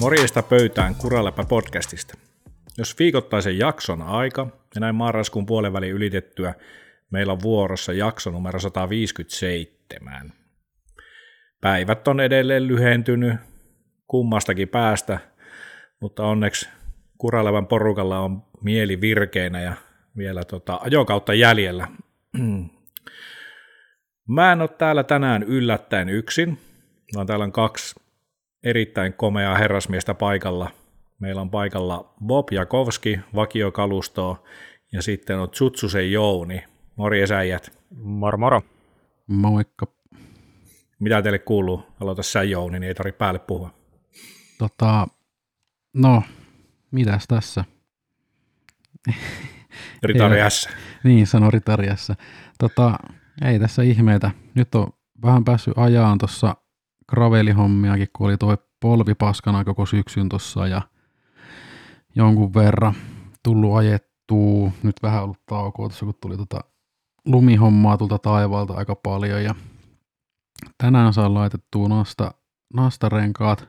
Morjesta pöytään Kuraläppä podcastista. Jos viikoittaisen jakson aika ja näin marraskuun puolenvälin ylitettyä, meillä on vuorossa jakso numero 157. Päivät on edelleen lyhentynyt kummastakin päästä, mutta onneksi Kuraläppän porukalla on mieli virkeänä ja vielä ajokautta jäljellä. Mä en ole täällä tänään yllättäen yksin, vaan täällä on kaksi erittäin komeaa herrasmiestä paikalla. Meillä on paikalla Bob Jakovski, vakiokalustoa, ja sitten on Tsutsusen Jouni. Morjes äijät. Moro moro. Moikka. Mitä teille kuuluu? Aloita sä Jouni, niin ei tarvitse päälle puhua. No, mitäs tässä? Ritari S. Niin, sano Ritari S. Ei tässä ihmeitä. Nyt on vähän päässyt ajaan tuossa gravelihommiakin, kun oli tuo polvi paskana koko syksyn tuossa ja jonkun verran tullut ajettua. Nyt vähän ollut taukoa tuossa, kun tuli lumihommaa tulta taivaalta aika paljon ja tänään saa laitettua nastarenkaat.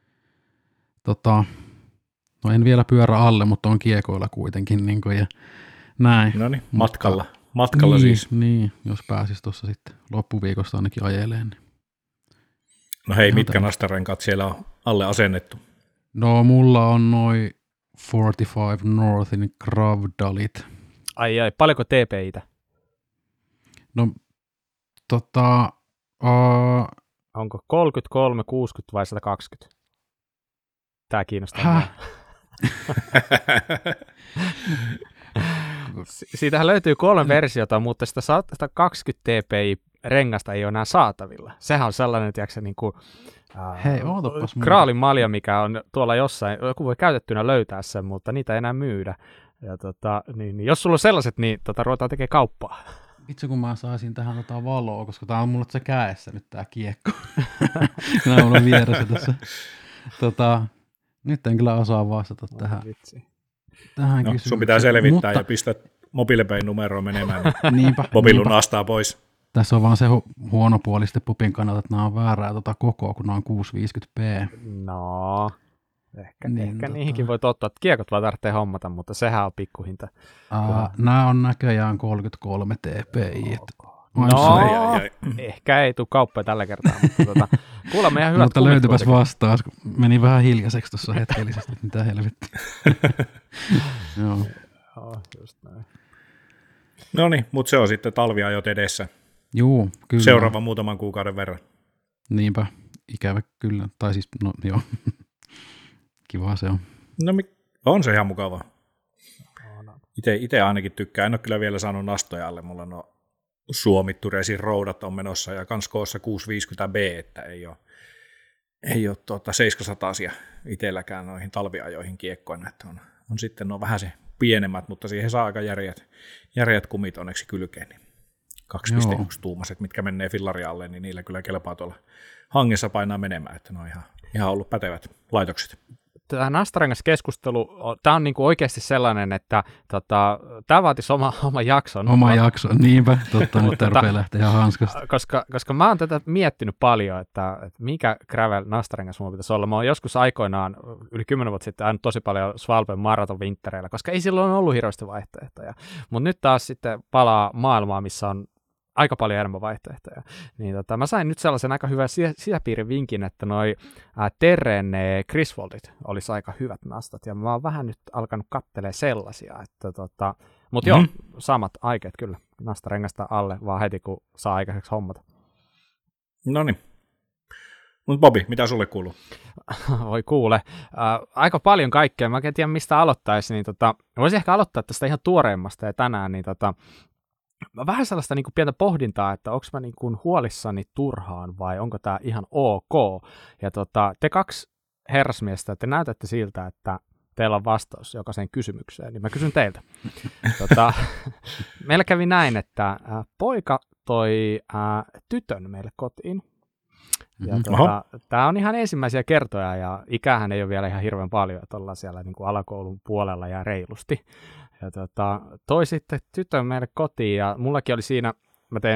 No en vielä pyörä alle, mutta on kiekoilla kuitenkin niin kuin, ja näin. No niin, matkalla niin, siis. Niin, jos pääsis tuossa sitten loppuviikosta ainakin ajeleen. Niin. No hei, mitkä nastarenkaat siellä on alle asennettu? No mulla on noin 45 Northin Gravdalit. Ai, paljonko TPItä? No, onko 33, 60 vai 120? Tää kiinnostaa. Siitähän löytyy 3 versiota, mutta sitä 120 TPI-rengasta ei ole enää saatavilla. Sehän on sellainen, tiedätkö, niin kuin hei, ootapas kraalin malja, mikä on tuolla jossain. Joku voi käytettynä löytää sen, mutta niitä ei enää myydä. Ja niin, jos sulla on sellaiset, niin ruvetaan tekemään kauppaa. Vitsi, kun mä saisin tähän valoa, koska tää on mulla se kädessä nyt tää kiekko. Nämä mulla on vieressä tässä. Nyt en kyllä osaa vastata tähän. Tähän no, sun pitää selvittää ja pistää mobiilepein numeroon menemään. Niinpä. Bobi lunastaa pois. Tässä on vaan se huono puoli sitten Pupin kannalta, että nämä on väärää kokoa, kun nämä on 650p. No, ehkä niihinkin voi tottua, että kiekot vaan tarvitsee hommata, mutta sehän on pikkuhinta. Nämä on näköjään 33 TPI. Ehkä ei tule kauppaa tällä kertaa, mutta kuulemme ihan hyvät mutta löytypäs vastaus, meni vähän hiljaiseksi tuossa hetkellisesti, mitä helvettiä. Joo, just näin. No niin, mutta se on sitten talviajot edessä. Juu, kyllä. Seuraavan muutaman kuukauden verran. Niinpä, ikävä kyllä. Tai siis, no joo, kiva se on. No on se ihan mukavaa. Itse ainakin tykkään. En ole kyllä vielä saanut nastoja alle. Mulla on Suomitturesin roudat on menossa ja kans koossa 650B, että ei ole 700 itselläkään noihin talviajoihin kiekkoina. Että on sitten vähän se pienemmät, mutta siihen saa aika järjät kumit onneksi kylkeen. Niin 2,1 tuumaset, mitkä menee fillari alle, niin niillä kyllä kelpaa tuolla hangessa painaa menemään, että ne on ihan ollut pätevät laitokset. Tämä nastarengas-keskustelu, tämä on niinku oikeasti sellainen, että tämä vaatisi oma jakson. Oma jakso, niinpä, nyt rupeaa lähteä ihan hanskasta. Koska mä oon tätä miettinyt paljon, että mikä gravel nastarengas mulla pitäisi olla. Mä oon joskus aikoinaan, yli 10 vuotta sitten, ajanut tosi paljon Svalben maratonvinttereillä, koska ei silloin ollut hirveästi vaihtoehtoja. Mutta nyt taas sitten palaa maailmaa, missä on aika paljon enemmän vaihtoehtoja. Niin mä sain nyt sellaisen aika hyvän sisäpiirin vinkin, että noi Terrene Griswoldit olisi aika hyvät nastat, ja mä oon vähän nyt alkanut katselemaan sellaisia, että mutta joo, samat aikeet kyllä, nastarengasta alle, vaan heti kun saa aikaiseksi hommata. Noniin. Mutta Bobi, mitä sulle kuuluu? Voi kuule, aika paljon kaikkea, mä en tiedä mistä aloittaisi, niin voisin ehkä aloittaa tästä ihan tuoreimmasta, ja tänään niin vähän sellaista niin kuin pientä pohdintaa, että onko mä niin kuin huolissani turhaan vai onko tämä ihan ok. Ja te 2 herrasmiestä, te näytätte siltä, että teillä on vastaus jokaiseen kysymykseen, niin mä kysyn teiltä. Meillä kävi näin, että poika toi tytön meille kotiin. Ja tämä on ihan ensimmäisiä kertoja ja ikähän ei ole vielä ihan hirveän paljon, että ollaan siellä niin kuin alakoulun puolella ja reilusti. Ja toi sitten tytön meille kotiin ja mullakin oli siinä, mä tein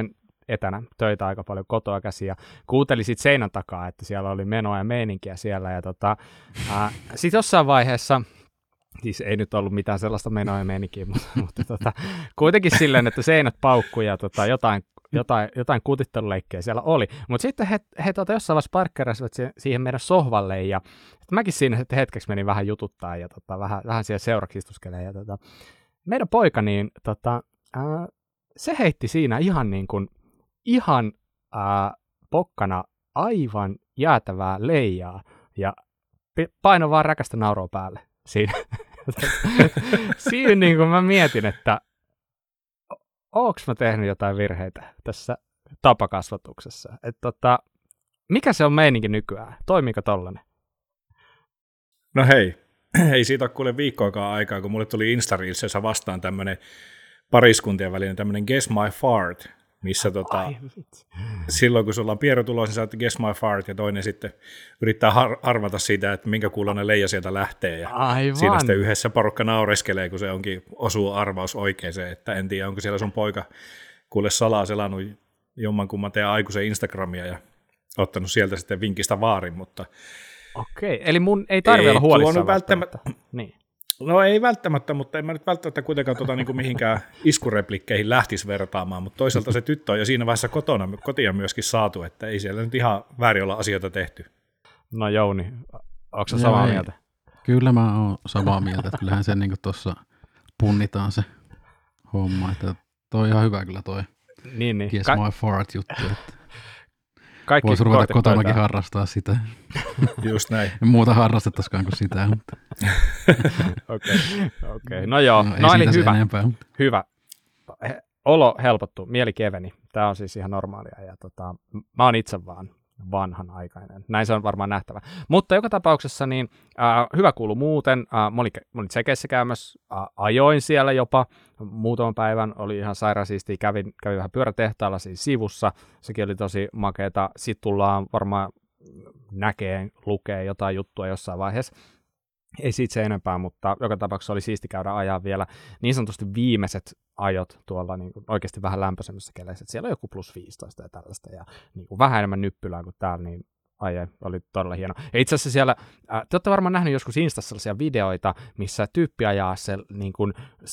etänä töitä aika paljon kotoa käsin ja kuuntelin sit seinän takaa, että siellä oli menoa ja meininkiä siellä ja sitten jossain vaiheessa, siis ei nyt ollut mitään sellaista menoa ja meininkiä, mutta kuitenkin silleen, että seinät paukkuu ja jotain kutitteluleikkejä siellä oli, mutta sitten he jossain vaiheessa parkkerasivat siihen meidän sohvalle ja mäkin siinä hetkeksi menin vähän jututtaa ja vähän siellä seuraksi istuskelemaan ja meidän poika niin se heitti siinä ihan pokkana aivan jäätävää leijaa ja paino vaan räkästä nauroa päälle siinä. Siinä niin kuin mä mietin, että oonko mä tehnyt jotain virheitä tässä tapakasvatuksessa. Mikä se on meininki nykyään? Toimiiko tollanen? No hei, ei siitä ole kuule viikkoakaan aikaa, kun mulle tuli Insta-reelsissa vastaan tämmöinen pariskuntien välinen tämmöinen Guess My Fart, missä silloin kun sulla on pierotulos, niin sä oot Guess My Fart, ja toinen sitten yrittää arvata siitä, että minkä kuuloinen leija sieltä lähtee, ja siinä sitten yhdessä porukka naureskelee, kun se onkin osuu arvaus oikeeseen, että en tiedä, onko siellä sun poika kuule salaa selannut jommankumman teidän aikuisen Instagramia, ja ottanut sieltä sitten vinkistä vaarin, mutta okei, eli mun ei tarvitse olla huolissaan välttämättä. Niin. No ei välttämättä, mutta en mä nyt välttämättä kuitenkaan niin kuin mihinkään iskureplikkeihin lähtisi vertaamaan, mutta toisaalta se tyttö on jo siinä vaiheessa kotia myöskin saatu, että ei siellä nyt ihan väärin olla asioita tehty. No Jouni, onko sä samaa mieltä? Kyllä mä oon samaa mieltä, että kyllähän se niin tuossa punnitaan se homma, että toi on ihan hyvä kyllä toi niin. Guess My Fart juttu, että voisi ruveta kotonakin harrastaa sitä. Just näin. Muuta harrastettaisikaan kuin sitä. Okei. No joo. No eli hyvä. Olo helpottu, mieli keveni. Tämä on siis ihan normaalia. Ja mä oon itse vaan vanhanaikainen. Näin se on varmaan nähtävä. Mutta joka tapauksessa niin hyvä kuulu muuten. Mä olin Tsekeissä käymässä, ajoin siellä jopa muutaman päivän. Oli ihan sairaan siistiä. Kävin vähän pyörätehtaalla siinä sivussa. Sekin oli tosi makeeta. Sitten tullaan varmaan lukee jotain juttua jossain vaiheessa. Ei siitä se enempää, mutta joka tapauksessa oli siisti käydä ajaa vielä niin sanotusti viimeiset ajot tuolla niin kuin oikeasti vähän lämpöisemmissä keleissä. Siellä on joku +15 ja tällaista ja niin kuin vähän enemmän nyppylää kuin täällä, niin oli todella hieno. Ja itse asiassa siellä, te olette varmaan nähnyt joskus Instassa sellaisia videoita, missä tyyppi ajaa niin kuin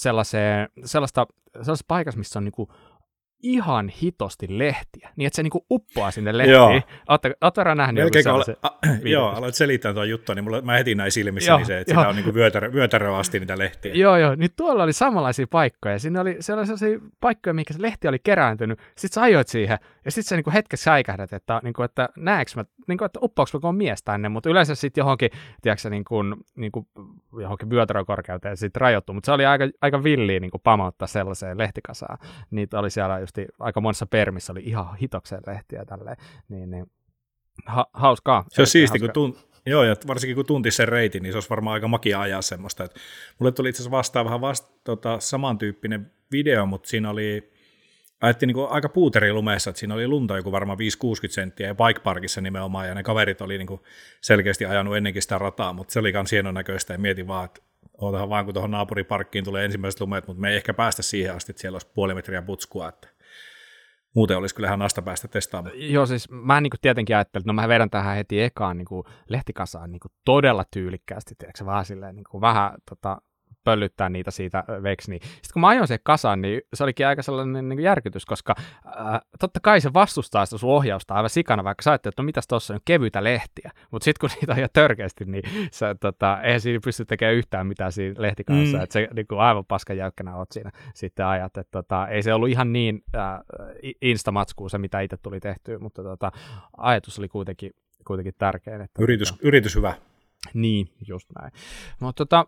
sellaisessa paikassa, missä on niin kuin ihan hitosti lehtiä, niin että se niinku uppoaa sinne lehtiin. Oletko nähnyt joku sellaisen videon? Joo, aloit selittää tuon juttua, niin mä heti näin silmissäni se, että sitä on niinku vyötäröä asti niitä lehtiä. Joo, niin tuolla oli samanlaisia paikkoja. Siinä oli sellaisia paikkoja, mihinkä se lehti oli kerääntynyt. Sitten sä ajoit siihen, ja sitten sä niinku hetkessä säikähdät, että näekö mä, niinku, että uppoaks mä kun on mies tänne, mutta yleensä sitten johonkin, tiedätkö niinku johonkin vyötärökorkeuteen sitten rajoittu, mutta se oli aika villiä niinku pamauttaa sellaiseen lehtikasaan. Niitä oli siellä aika monessa permissä oli ihan hitokseen lehtiä tälleen, niin hauskaa. Se on siisti, joo, ja varsinkin kun tuntisi sen reitin, niin se olisi varmaan aika makia ajaa semmoista. Että mulle tuli itse asiassa vastaan vähän samantyyppinen video, mutta siinä ajettiin niin aika puuterilumeessa, että siinä oli lunta joku varmaan 5-60 senttiä ja bike parkissa nimenomaan, ja ne kaverit oli niin selkeästi ajanut ennenkin sitä rataa, mutta se oli myös hienon näköistä, ja mietin vaan, että ootahan vaan, kun tuohon naapuriparkkiin tulee ensimmäiset lumeet, mutta me ei ehkä päästä siihen asti, että siellä olisi 0,5 metriä putskua, että muuten olisi kyllä ihan nasta päästä testaamaan. Joo, siis mä niin tietenkin ajattelin, että mä vedän tähän heti ekaan niin lehtikasaan niin todella tyylikkäästi, tiedätkö, vaan silleen niin vähän pöllyttää niitä siitä veksi. Niin. Sitten kun mä ajoin sen kasaan, niin se olikin aika sellainen niin järkytys, koska totta kai se vastustaa sitä sun ohjausta aivan sikana, vaikka sä ajattelet, että no mitäs tuossa on kevyitä lehtiä. Mutta sitten kun niitä on ihan törkeästi, niin eihän siinä pysty tekemään yhtään mitään siinä lehtikassa. Että se niin aivan paskan jäykkänä oot siinä sitten ajat. Että ei se ollut ihan niin instamatskuu se, mitä itse tuli tehtyä, mutta ajatus oli kuitenkin tärkein. Että, yritys hyvä. Niin, just näin. Mutta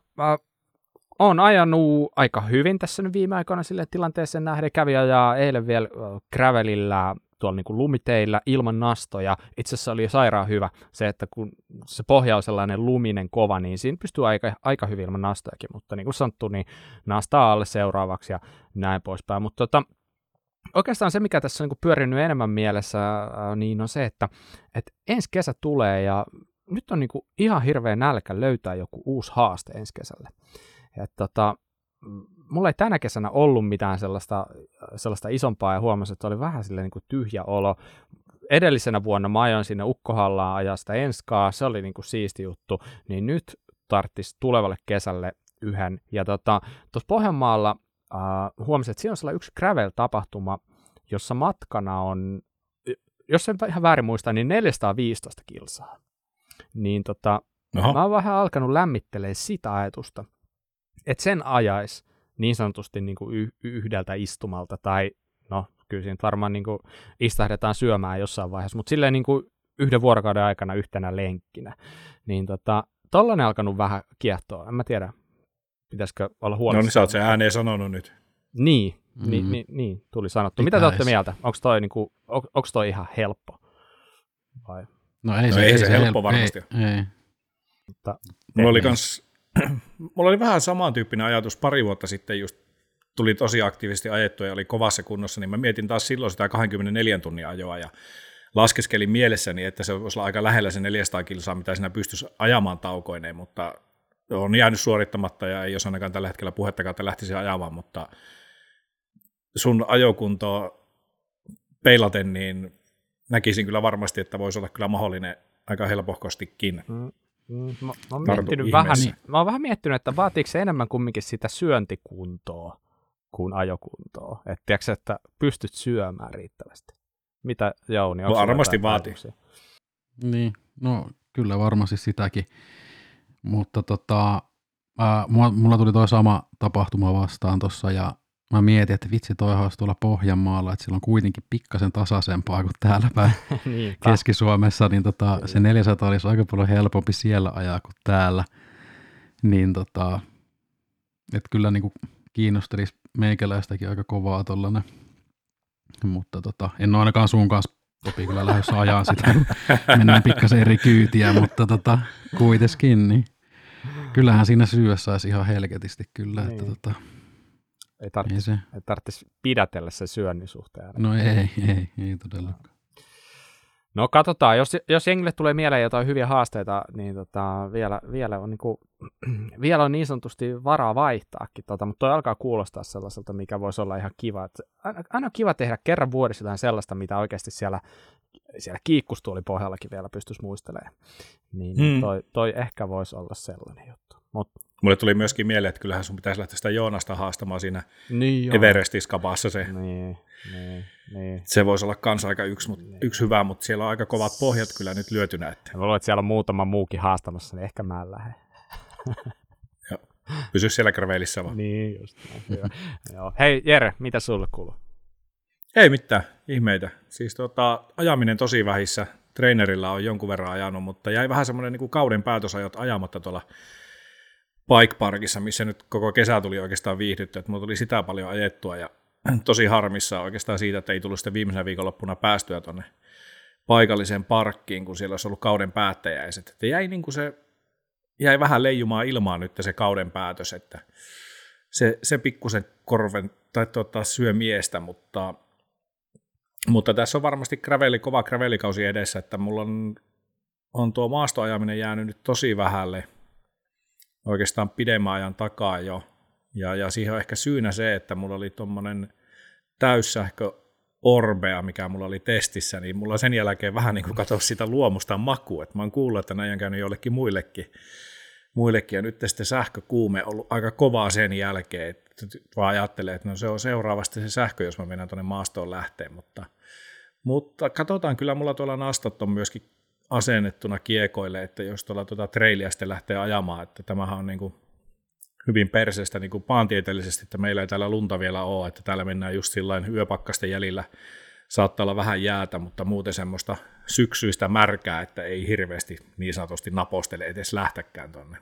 olen ajanut aika hyvin tässä nyt viime aikoina sille tilanteeseen nähden. Kävin ajaa eilen vielä gravelillä tuolla niin kuin lumiteillä ilman nastoja. Itse asiassa oli sairaan hyvä se, että kun se pohja on sellainen luminen kova, niin siinä pystyy aika hyvin ilman nastojakin. Mutta niin kuin sanottu, niin nastaa alle seuraavaksi ja näin poispäin. Mutta oikeastaan se, mikä tässä on niin pyörinyt enemmän mielessä, niin on se, että ensi kesä tulee ja nyt on niin kuin ihan hirveä nälkä löytää joku uusi haaste ensi kesälle. mulla ei tänä kesänä ollut mitään sellaista isompaa ja huomasin, että oli vähän silleen niin kuin tyhjä olo. Edellisenä vuonna mä ajoin sinne Ukkohallaan ajaa sitä enskaa, se oli niin kuin siisti juttu, niin nyt tarvitsisi tulevalle kesälle yhden. Ja tuossa Pohjanmaalla huomasin, että siinä on sellainen yksi gravel-tapahtuma, jossa matkana on, jos en ihan väärin muista, niin 415 kilsaa. Niin mä oon vähän alkanut lämmittelemään sitä ajatusta, että sen ajaisi niin sanotusti niin kuin yhdeltä istumalta, tai no kyllä siinä varmaan niin kuin istahdetaan syömään jossain vaiheessa, mutta silleen niin kuin yhden vuorokauden aikana yhtenä lenkkinä. Niin tollainen alkanut vähän kiehtoa, en mä tiedä, pitäisikö olla huolissaan. No niin sä oot sen ääneen sanonut nyt. Niin, niin tuli sanottu. Mitä te olette mieltä? Onko toi ihan helppo? Vai? No ei se helppo varmasti. Ei. Mulla oli vähän samantyyppinen ajatus pari vuotta sitten, just tuli tosi aktiivisesti ajettua ja oli kovassa kunnossa, niin mä mietin taas silloin sitä 24 tunnin ajoa ja laskeskelin mielessäni, että se voisi olla aika lähellä se 400 kilsaa, mitä siinä pystyisi ajamaan taukoineen, mutta on jäänyt suorittamatta ja ei ole ainakaan tällä hetkellä puhettakaan, että lähtisi ajamaan, mutta sun ajokuntoa peilaten, niin näkisin kyllä varmasti, että voisi olla kyllä mahdollinen aika helpohkostikin. Mä oon vähän miettinyt, että vaatiiko se enemmän kumminkin sitä syöntikuntoa kuin ajokuntoa. Että tiedätkö, että pystyt syömään riittävästi. Mitä Jouni? No varmasti vaatii. Niin, no kyllä varmasti sitäkin. Mutta mulla tuli toi sama tapahtuma vastaan tuossa ja mä mietin, että vitsi toihan olisi tuolla Pohjanmaalla, että sillä on kuitenkin pikkasen tasaisempaa kuin täällä päin Keski-Suomessa, niin se 400 olisi aika paljon helpompi siellä ajaa kuin täällä. Niin että kyllä niin kuin kiinnostelisi meikäläistäkin aika kovaa tollainen. Mutta en ole ainakaan sun kanssa Topi kyllä lähdössä ajaa sitä, mennään pikkasen eri kyytiä, mutta kuitenkin, niin kyllähän siinä syössä saisi ihan helketisti kyllä. Niin. Että ei tarvitsisi pidätellä sen syönnin suhteen. No ei todellakaan. No katsotaan, jos jengille tulee mieleen jotain hyviä haasteita, niin vielä on niin sanotusti varaa vaihtaakin, mutta toi alkaa kuulostaa sellaiselta, mikä voisi olla ihan kiva. Aina on kiva tehdä kerran vuodessa jotain sellaista, mitä oikeasti siellä kiikkustuolipohjallakin vielä pystyisi muistelemaan. Niin toi ehkä voisi olla sellainen juttu. Mulle tuli myöskin mieleen, että kyllähän sun pitäisi lähteä sitä Joonasta haastamaan siinä Everestiskapassa se. Niin. Se voisi olla kans aika yksi hyvä, mutta siellä on aika kovat pohjat kyllä nyt lyötynä. Että. Mä luulen, että siellä on muutama muukin haastamassa, niin ehkä mä en lähde. Pysy siellä gravelissä vaan. Niin, just näin. Joo. Hei Jere, mitä sulle kuuluu? Ei mitään, ihmeitä. Siis ajaminen tosi vähissä. Trainerilla on jonkun verran ajanut, mutta jäi vähän semmoinen niin kuin kauden päätösajot ajamatta tuolla Bike Parkissa, missä nyt koko kesä tuli oikeastaan viihdytty, että mulla tuli sitä paljon ajettua ja tosi harmissa oikeastaan siitä, että ei tullut sitten viimeisenä viikonloppuna päästyä tuonne paikalliseen parkkiin, kun siellä olisi ollut kauden päättäjäiset. Että jäi vähän leijumaan ilmaan nyt se kauden päätös, että se pikkusen korven tai syö miestä, mutta tässä on varmasti kova gravelikausi edessä, että mulla on tuo maastoajaminen jäänyt nyt tosi vähälle oikeastaan pidemmän ajan takaa jo. Ja siihen on ehkä syynä se, että mulla oli tuommoinen täyssähkö Orbea, mikä mulla oli testissä, niin mulla sen jälkeen vähän niin kuin katosi sitä luomusta makua. Että mä oon kuullut, että näin on käynyt jollekin muillekin. Ja nyt sitten sähkökuume on ollut aika kovaa sen jälkeen, että vaan ajattelee, että no se on seuraavasti se sähkö, jos mä mennään tuonne maastoon lähteen. Mutta katsotaan, kyllä mulla tuolla nastat on myöskin asennettuna kiekoille, että jos tuolla trailia sitten lähtee ajamaan, että tämähän on niin kuin hyvin perseestä niin kuin maantieteellisesti, että meillä ei täällä lunta vielä ole, että täällä mennään just sillain yöpakkasten jäljillä, saattaa olla vähän jäätä, mutta muuten semmoista syksyistä märkää, että ei hirveästi niin sanotusti napostele edes lähtäkään tuonne.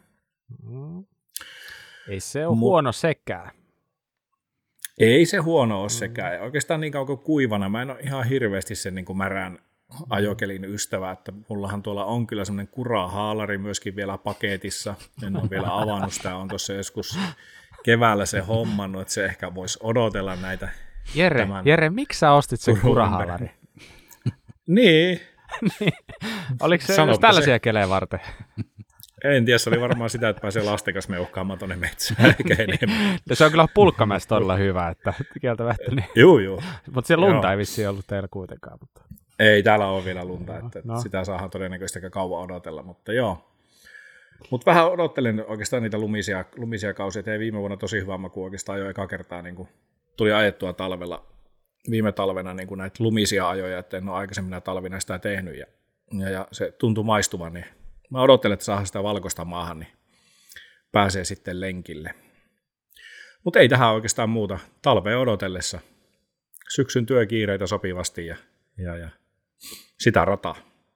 Ei se ole huono sekään. Ei se huono ole sekään. Ja oikeastaan niin kauan kuin kuivana, mä en ole ihan hirveästi sen niin kuin märän ajokelin ystävä, että mullahan tuolla on kyllä semmoinen kurahaalari myöskin vielä paketissa. En ole vielä avannut sitä, on tuossa joskus keväällä se hommannut, että se ehkä voisi odotella näitä. Jere, miksi sä ostit sen kurahaalari? Niin. Oliko se just tällaisia kelejä varten? En tiedä, se oli varmaan sitä, että pääsee lasten kanssa meuhkaamaan tuonne metsään, eikä enemmän. Se on kyllä Pulkkamäessä todella hyvä, että kieltämättä. Niin. Joo. Mutta siellä lunta ei vissiin ollut teillä kuitenkaan. Mutta... Ei, täällä ole vielä lunta, että sitä saadaan todennäköisesti aika kauan odotella, mutta joo. Mutta vähän odottelen oikeastaan niitä lumisia kausia, että viime vuonna tosi hyvä maku oikeastaan jo eka kertaa niin tuli ajettua viime talvena niin näitä lumisia ajoja, että en ole aikaisemmin talvina sitä tehnyt ja se tuntui maistuvan, niin mä odottelen, että saadaan sitä valkoista maahan, niin pääsee sitten lenkille. Mutta ei tähän oikeastaan muuta talvea odotellessa. Syksyn työkiireitä sopivasti ja sitä rataa.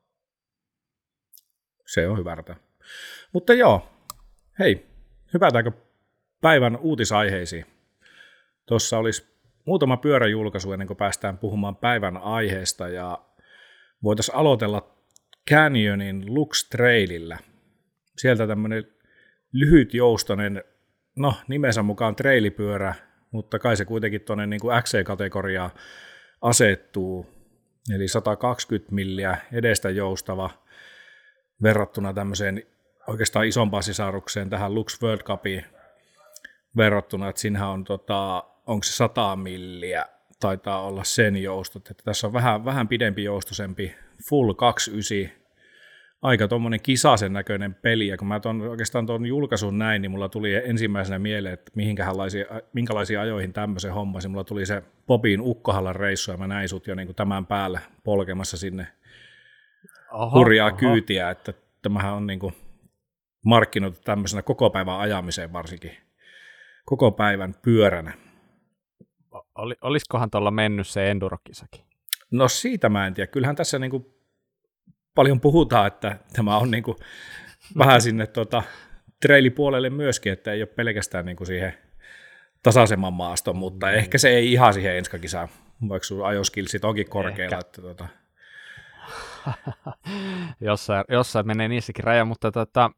Se on hyvä rata. Mutta joo, hei, hypätäänkö päivän uutisaiheisiin? Tuossa olisi muutama pyöräjulkaisu ennen kuin päästään puhumaan päivän aiheesta ja voitaisiin aloitella Canyonin Lux Trailillä. Sieltä tämmöinen lyhytjoustoinen, nimensä mukaan trailipyörä, mutta kai se kuitenkin tuonne niin kuin XC-kategoriaan asettuu. Eli 120 milliä edestä joustava verrattuna tämmöiseen oikeastaan isompaan sisarukseen tähän Lux World Cupiin verrattuna, että siinähän on onko se 100 milliä, taitaa olla sen joustot, että tässä on vähän pidempi joustosempi Full 29, aika tuommoinen kisasen näköinen peli, ja kun mä oikeastaan tuon julkaisun näin, niin mulla tuli ensimmäisenä mieleen, että minkälaisiin ajoihin tämmöisen hommasin, mulla tuli se Bobin Ukkohallan reissu, ja mä näin sut jo niin kuin tämän päällä polkemassa sinne hurjaa kyytiä, että tämähän on niin kuin markkinoitu tämmöisenä koko päivän ajamiseen varsinkin, koko päivän pyöränä. Olisikohan tuolla mennyt se endurokisakin? No siitä mä en tiedä. Kyllähän tässä niin kuin paljon puhutaan, että tämä on niin kuin vähän sinne trailipuolelle myöskin, että ei ole pelkästään niin kuin siihen tasaisemman maaston, mutta ehkä se ei ihan siihen enskakisaan, vaikka sun ajoskillsit onkin korkealla. Että jossain menee niissäkin raja, mutta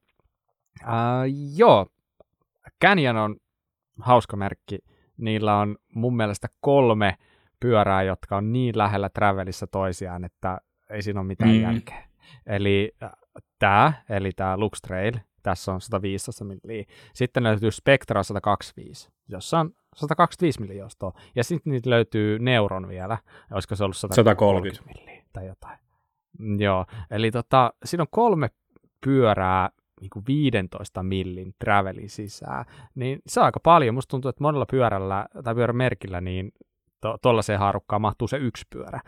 joo, Canyon on hauska merkki. Niillä on mun mielestä 3 pyörää, jotka on niin lähellä Travelissä toisiaan, että ei siinä ole mitään järkeä. Eli tämä Lux Trail, tässä on 115 milliä. Sitten löytyy Spectra 125, jossa on 125 milliä joustoa. Ja sitten niitä löytyy Neuron vielä, olisiko se ollut 130 milliä tai jotain. Joo, eli siinä on 3 pyörää niin kuin 15 millin travelin sisään, niin se on aika paljon. Musta tuntuu, että monella pyörällä tai pyörämerkillä niin tuollaiseen haarukkaan mahtuu se 1 pyörä.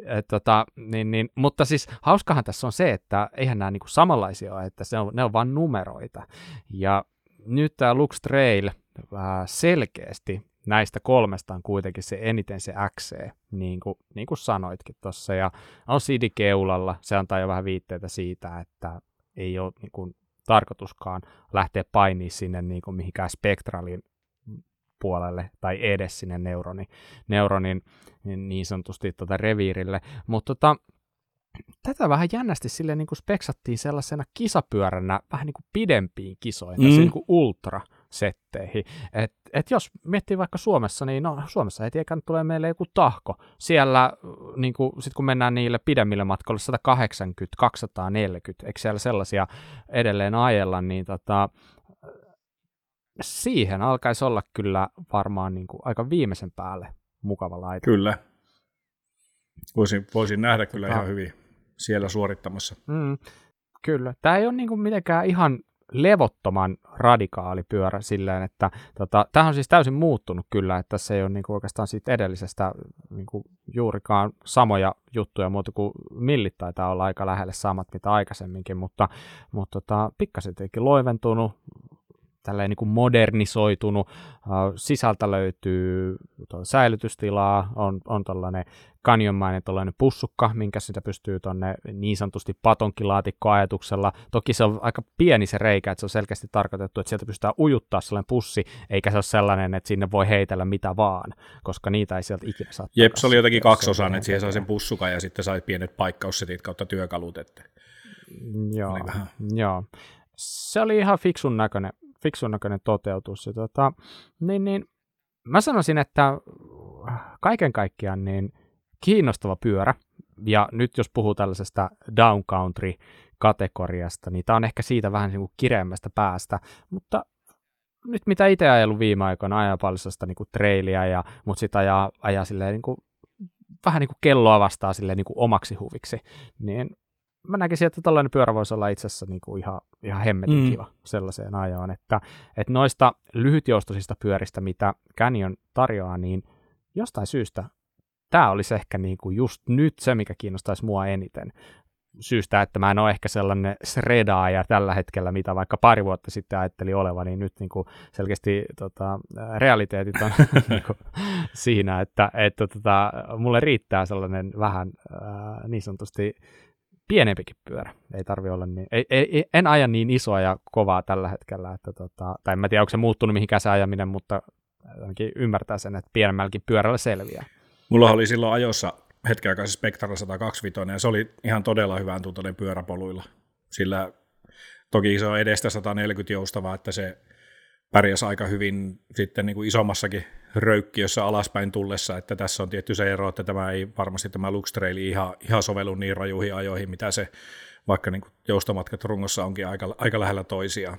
Mutta siis hauskahan tässä on se, että eihän nämä niinku samanlaisia ole, että ne on vain numeroita. Ja nyt tämä Lux Trail selkeästi näistä 3 on kuitenkin se eniten se XC, niin kuin sanoitkin tuossa. Ja on CD-keulalla, se antaa jo vähän viitteitä siitä, että ei ole niin kuin tarkoituskaan lähteä painimaan sinne niin kuin mihinkään Spectralin puolelle tai edes sinne Neuronin niin sanotusti reviirille. Mutta tätä vähän jännästi silleen niin kuin speksattiin sellaisena kisapyöränä vähän niin kuin pidempiin kisoihin, niin kuin ultrasetteihin. Et jos miettii vaikka Suomessa, niin Suomessa heti eikä tulee meille joku tahko. Siellä, niin sitten kun mennään niille pidemmille matkoille, 180, 240, eikö siellä sellaisia edelleen ajella, niin siihen alkaisi olla kyllä varmaan niin kuin aika viimeisen päälle mukava laite. Kyllä. Voisin nähdä kyllä ihan hyvin siellä suorittamassa. Kyllä. Tämä ei ole niin kuin mitenkään ihan levottoman radikaali pyörä silleen, että tämä on siis täysin muuttunut kyllä, että se ei ole niin kuin oikeastaan siitä edellisestä niin kuin juurikaan samoja juttuja, muuta kuin millit taitaa olla aika lähelle samat mitä aikaisemminkin, mutta pikkasen tietenkin loiventunut, tälleen niin kuin modernisoitunut, sisältä löytyy säilytystilaa, on tällainen Canyon-mainen pussukka, minkä sitä pystyy tuonne niin sanotusti patonkilaatikkoajatuksella. Toki se on aika pieni se reikä, että se on selkeästi tarkoitettu, että sieltä pystytään ujuttaa sellainen pussi, eikä se ole sellainen, että sinne voi heitellä mitä vaan, koska niitä ei sieltä ikinä saa. Jep, se oli jotenkin kaksiosainen, että siihen sai sen pussukan ja sitten sai pienet paikkaussetit kautta työkalut. Joo. Se oli ihan fiksun näköinen toteutus. Niin, mä sanoisin, että kaiken kaikkiaan niin kiinnostava pyörä, ja nyt jos puhuu tällaisesta downcountry kategoriasta, niin tämä on ehkä siitä vähän niin kuin kireemmästä päästä, mutta nyt mitä itse ajellut viime aikoina, ajaa paljon sellaista niin kuin trailia, mutta sitten ajaa silleen niin kuin, vähän niin kuin kelloa vastaan silleen niin kuin omaksi huviksi, niin mä näkisin, että tällainen pyörä voisi olla itse asiassa niin kuin ihan hemmetin kiva sellaiseen ajoon, että noista lyhytjoustoisista pyöristä, mitä Canyon tarjoaa, niin jostain syystä tämä olisi ehkä niin kuin just nyt se, mikä kiinnostaisi mua eniten. Syystä, että mä en ole ehkä sellainen shredaaja tällä hetkellä, mitä vaikka pari vuotta sitten ajattelin olevan, niin nyt niin kuin selkeästi realiteetit on niin kuin siinä, että mulle riittää sellainen vähän niin sanotusti pienempikin pyörä. Ei tarvi olla niin, en aja niin isoa ja kovaa tällä hetkellä, että tai en mä tiedä, onko se muuttunut mihinkään se ajaminen, mutta ainakin ymmärtää sen, että pienemmälläkin pyörällä selviää. Mulla oli silloin ajossa hetken aikaa se Spectralla 125, ja se oli ihan todella hyvän tuntoinen pyöräpoluilla. Sillä toki se on edestä 140 joustavaa, että se pärjäsi aika hyvin sitten niin kuin isommassakin röykkiössä alaspäin tullessa, että tässä on tietty se ero, että tämä ei varmasti tämä Lux Trail ihan sovellu niin rajuihin ajoihin, mitä se vaikka niin kuin joustomatkat rungossa onkin aika lähellä toisiaan.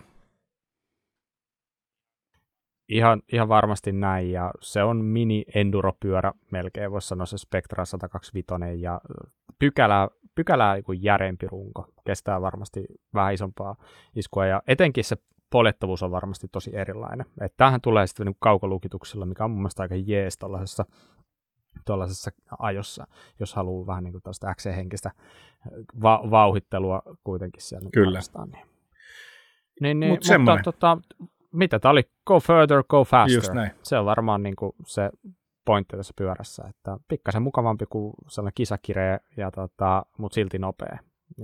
Ihan varmasti näin, ja se on mini-enduropyörä, melkein voisi sanoa se Spectra 125, ja pykälää järeempi runko, kestää varmasti vähän isompaa iskua, ja etenkin se poljettavuus on varmasti tosi erilainen. Että tämähän tulee sitten niin kaukolukituksella, mikä on mun mielestä aika jees tuollaisessa ajossa, jos haluaa vähän niin kuin tällaista XC-henkistä vauhittelua kuitenkin siellä. Kyllä. Mutta mitä tämä oli? Go further, go faster. Se on varmaan niin kuin se pointti tässä pyörässä, että pikkasen mukavampi kuin sellainen kisakiree, mutta silti nopea.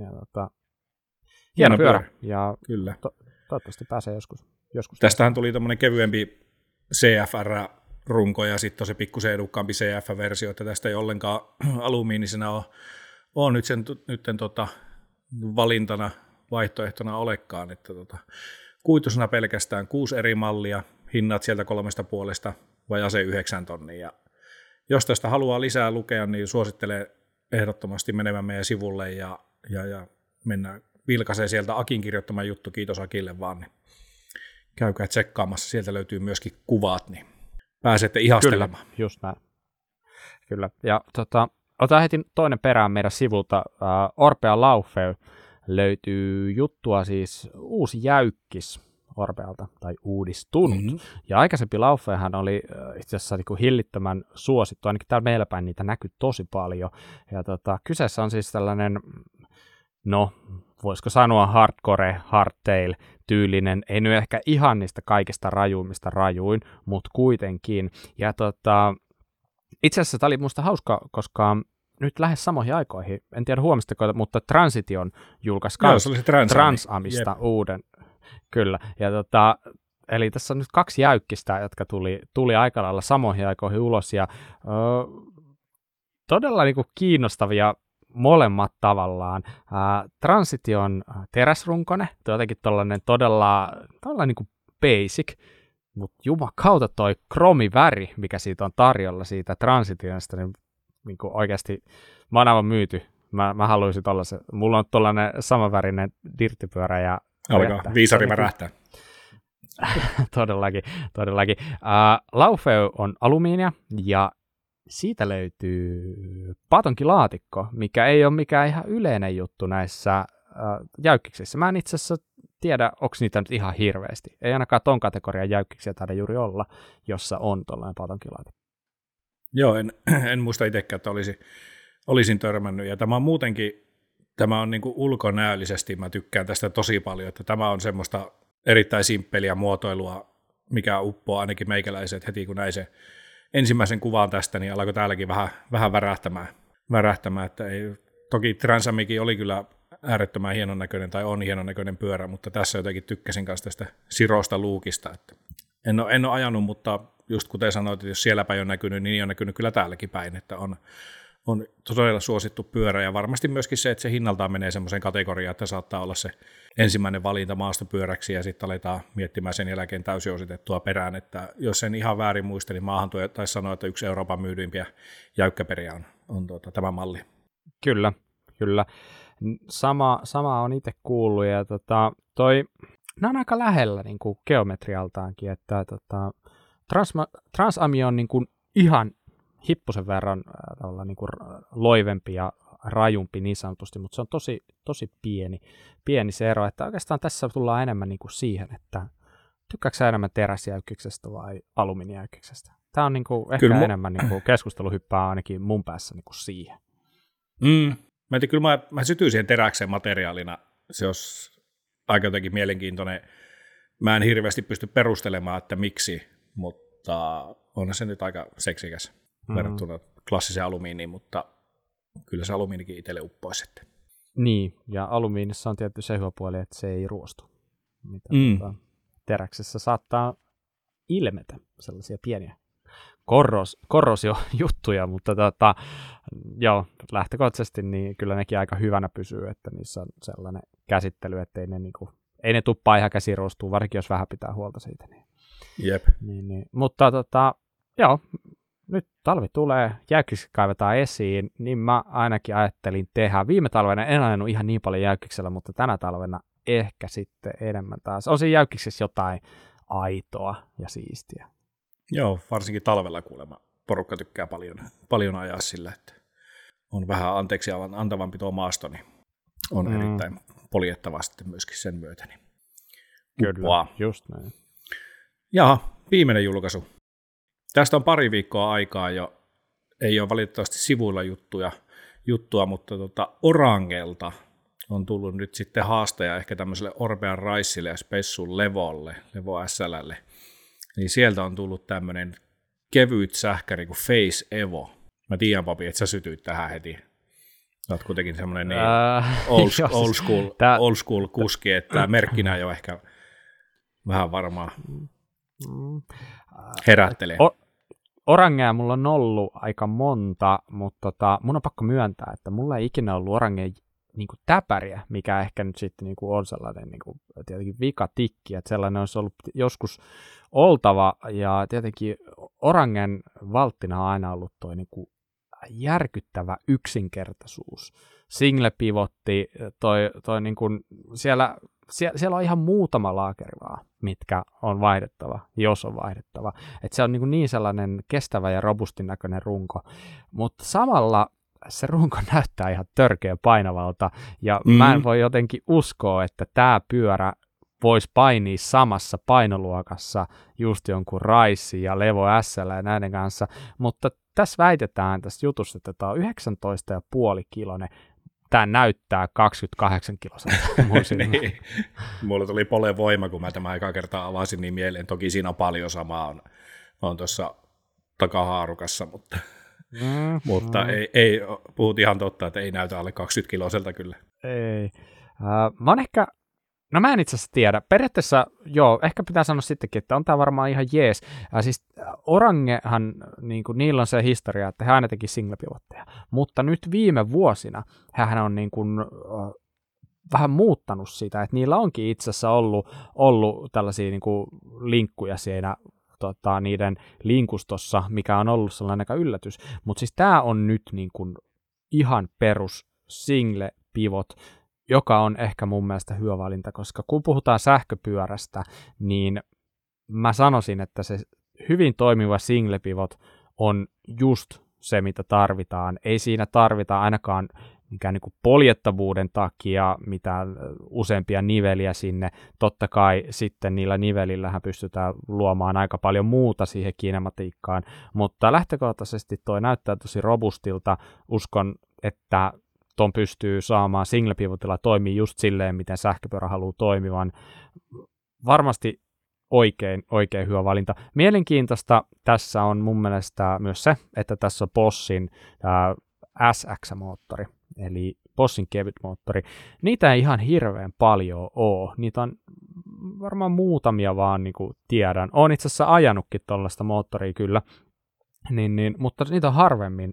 Hieno pyörä. Ja kyllä. Toivottavasti pääsee joskus. Tästähän tuli tämmöinen kevyempi CFR-runko ja sitten se pikkusen edukkaampi CF-versio, että tästä ei ollenkaan alumiinisena ole nyt valintana, vaihtoehtona olekaan, että kuitusena pelkästään 6 eri mallia, hinnat sieltä 3,5 vajaaseen 9 tonnia. Ja jos tästä haluaa lisää lukea, niin suosittelen ehdottomasti menemään meidän sivulle ja mennään vilkaisee sieltä Akin kirjoittama juttu, kiitos Akille vaan, niin käykää tsekkaamassa, sieltä löytyy myöskin kuvat, niin pääsette ihastelemaan. Kyllä, just näin. Kyllä, ja otetaan heti toinen perään meidän sivulta, Orpea Laufey löytyy juttua siis uusi jäykkis Orpealta, tai uudistunut, ja aikaisempi Laufeyhän oli itse asiassa niin kuin hillittömän suosittu, ainakin täällä meillä päin niitä näkyy tosi paljon, ja kyseessä on siis tällainen, voisiko sanoa hardcore, hardtail tyylinen, ei nyt ehkä ihan niistä kaikista rajuimmista rajuin, mutta kuitenkin. Ja itse asiassa tämä oli musta hauska, koska nyt lähes samoihin aikoihin, en tiedä huomistako, mutta Transition julkaisi Transamista uuden. Kyllä, ja eli tässä on nyt 2 jäykkistä, jotka tuli aika lailla samoihin aikoihin ulos, ja todella niin kuin kiinnostavia molemmat tavallaan. Transition teräsrunkone, jotenkin todella niin kuin basic, mutta jumakauta toi kromiväri, mikä siitä on tarjolla siitä Transitionista, niin kuin oikeasti mä oon aivan myyty. Mä haluaisin tollasen. Mulla on tollainen samanvärinen dirttipyörä ja alkaa viisari värähtää. Todellakin. Laufey on alumiinia ja siitä löytyy patonkilaatikko, mikä ei ole mikään ihan yleinen juttu näissä jäykkiksissä. Mä en itse asiassa tiedä, onko niitä nyt ihan hirveästi. Ei ainakaan ton kategorian jäykkiksiä taida juuri olla, jossa on tollainen patonkilaatikko. Joo, en muista itsekään, että olisin törmännyt. Ja tämä on muutenkin, tämä on niin kuin ulkonäöllisesti, mä tykkään tästä tosi paljon, että tämä on semmoista erittäin simppeliä muotoilua, mikä uppoo ainakin meikäläiset heti, kun näin se ensimmäisen kuvan tästä, niin alkoi täälläkin vähän värähtämään, että ei, toki Transamikin oli kyllä äärettömän hienon näköinen, tai on hienon näköinen pyörä, mutta tässä jotenkin tykkäsin kanssa tästä sirosta luukista, että en ole ajanut, mutta just kuten sanoit, että jos siellä päin on näkynyt, niin on näkynyt kyllä täälläkin päin, että on todella suosittu pyörä, ja varmasti myöskin se, että se hinnaltaan menee semmoiseen kategoriaan, että saattaa olla se ensimmäinen valinta maastopyöräksi, ja sitten aletaan miettimään sen jälkeen täysiositettua perään, että jos en ihan väärin muista, niin maahan taisi sanoa, että yksi Euroopan myydyimpiä jäykkäperiä on tämä malli. Kyllä. Sama on itse kuullut, ja nämä on aika lähellä niin kuin geometrialtaankin, että Transami on niin kuin ihan hippusen verran niin kuin loivempi ja rajumpi niin sanotusti, mutta se on tosi pieni se ero, että oikeastaan tässä tullaan enemmän niin kuin siihen, että tykkääkö sä enemmän teräsjäykkiksestä vai alumiinijäykkiksestä? Tämä on niin kuin ehkä enemmän niin kuin keskusteluhyppää ainakin mun päässä niin kuin siihen. Mä sytyin siihen teräkseen materiaalina. Se olisi aika jotenkin mielenkiintoinen. Mä en hirveästi pysty perustelemaan, että miksi, mutta on se nyt aika seksikäs verrattuna klassiseen alumiiniin, mutta kyllä se alumiinikin itselle uppoisi sitten. Niin, ja alumiinissa on tietty se hyvä puoli, että se ei ruostu. Teräksessä saattaa ilmetä sellaisia pieniä korrosio-juttuja, mutta joo, lähtökohtaisesti niin kyllä nekin aika hyvänä pysyy, että niissä on sellainen käsittely, että ei ne tuppaa ihan käsi ruostuu, varsinkin jos vähän pitää huolta siitä. Niin. Jep. Niin. Mutta joo, nyt talvi tulee, jäykkiksi kaivetaan esiin, niin mä ainakin ajattelin tehdä. Viime talvena en ajanut ihan niin paljon jäykkiksellä, mutta tänä talvena ehkä sitten enemmän taas. On siinä jäykkiksessä jotain aitoa ja siistiä. Joo, varsinkin talvella kuulemma porukka tykkää paljon ajaa sillä, että on vähän anteeksi antavampi tuo maasto, niin on erittäin poljettava sitten myöskin sen myötä. Niin kyllä, just näin. Ja viimeinen julkaisu. Tästä on pari viikkoa aikaa jo, ei ole valitettavasti sivuilla juttua, mutta Orangelta on tullut nyt sitten haastaja ehkä tämmöiselle Orbean Raicelle ja Spessun Levolle, Levo SLlle. Niin sieltä on tullut tämmöinen kevyt sähkäri kuin Face Evo. Mä tiedän, Papi, että sä sytyit tähän heti. Sä oot kuitenkin semmoinen niin old school kuski, että merkkinä jo ehkä vähän varmaan herättelee. Orangea mulla on ollut aika monta, mutta mun on pakko myöntää, että mulla ei ikinä ollut Orangea niinku täpäriä, mikä ehkä nyt sitten niinku on sellainen niinku, tietenkin vikatikki, että sellainen olisi ollut joskus oltava, ja tietenkin Orangen valttina on aina ollut toi niinku järkyttävä yksinkertaisuus. Single-pivotti, toi niinku, siellä on ihan muutama laakeri vaan, mitkä on vaihdettava, jos on vaihdettava. Et se on niin sellainen kestävä ja robustin näköinen runko, mutta samalla se runko näyttää ihan törkeä painavalta, ja mä en voi jotenkin uskoa, että tämä pyörä voisi painia samassa painoluokassa just jonkun Raicen ja Levo SL ja näiden kanssa, mutta tässä väitetään tässä jutussa, että tämä on 19,5 kiloinen. Tämä näyttää 28 kiloiselta. Niin. Mulla tuli Pole voima, kun mä tämän aikaa kertaa avasin niin mieleen. Toki siinä on paljon samaa, on tuossa takahaarukassa, mutta ei, puhut ihan totta, että ei näytä alle 20 kiloiselta kyllä. Ei. Mä en itse asiassa tiedä. Periaatteessa, joo, ehkä pitää sanoa sittenkin, että on tämä varmaan ihan jees. Siis Orangehan, niillä on se historia, että he aina teki single-pivotteja. Mutta nyt viime vuosina hän on vähän muuttanut sitä, että niillä onkin itse asiassa ollut tällaisia linkkuja siinä niiden linkustossa, mikä on ollut sellainen aika yllätys. Mutta siis tämä on nyt ihan perus single-pivot, joka on ehkä mun mielestä hyvä valinta, koska kun puhutaan sähköpyörästä, niin mä sanoisin, että se hyvin toimiva single pivot on just se, mitä tarvitaan. Ei siinä tarvita ainakaan mikään poljettavuuden takia mitään useampia niveliä sinne. Totta kai sitten niillä nivelillähän pystytään luomaan aika paljon muuta siihen kinematiikkaan, mutta lähtökohtaisesti toi näyttää tosi robustilta. Uskon, että ton pystyy saamaan single-pivotilla toimii just silleen, miten sähköpyörä haluaa toimivan. Varmasti oikein hyvä valinta. Mielenkiintoista tässä on mun mielestä myös se, että tässä on Boschin SX-moottori, eli Boschin kevyt moottori. Niitä ei ihan hirveän paljon ole. Niitä on varmaan muutamia vaan tiedän. Olen itse asiassa ajanutkin tuollaista moottoria kyllä, mutta niitä on harvemmin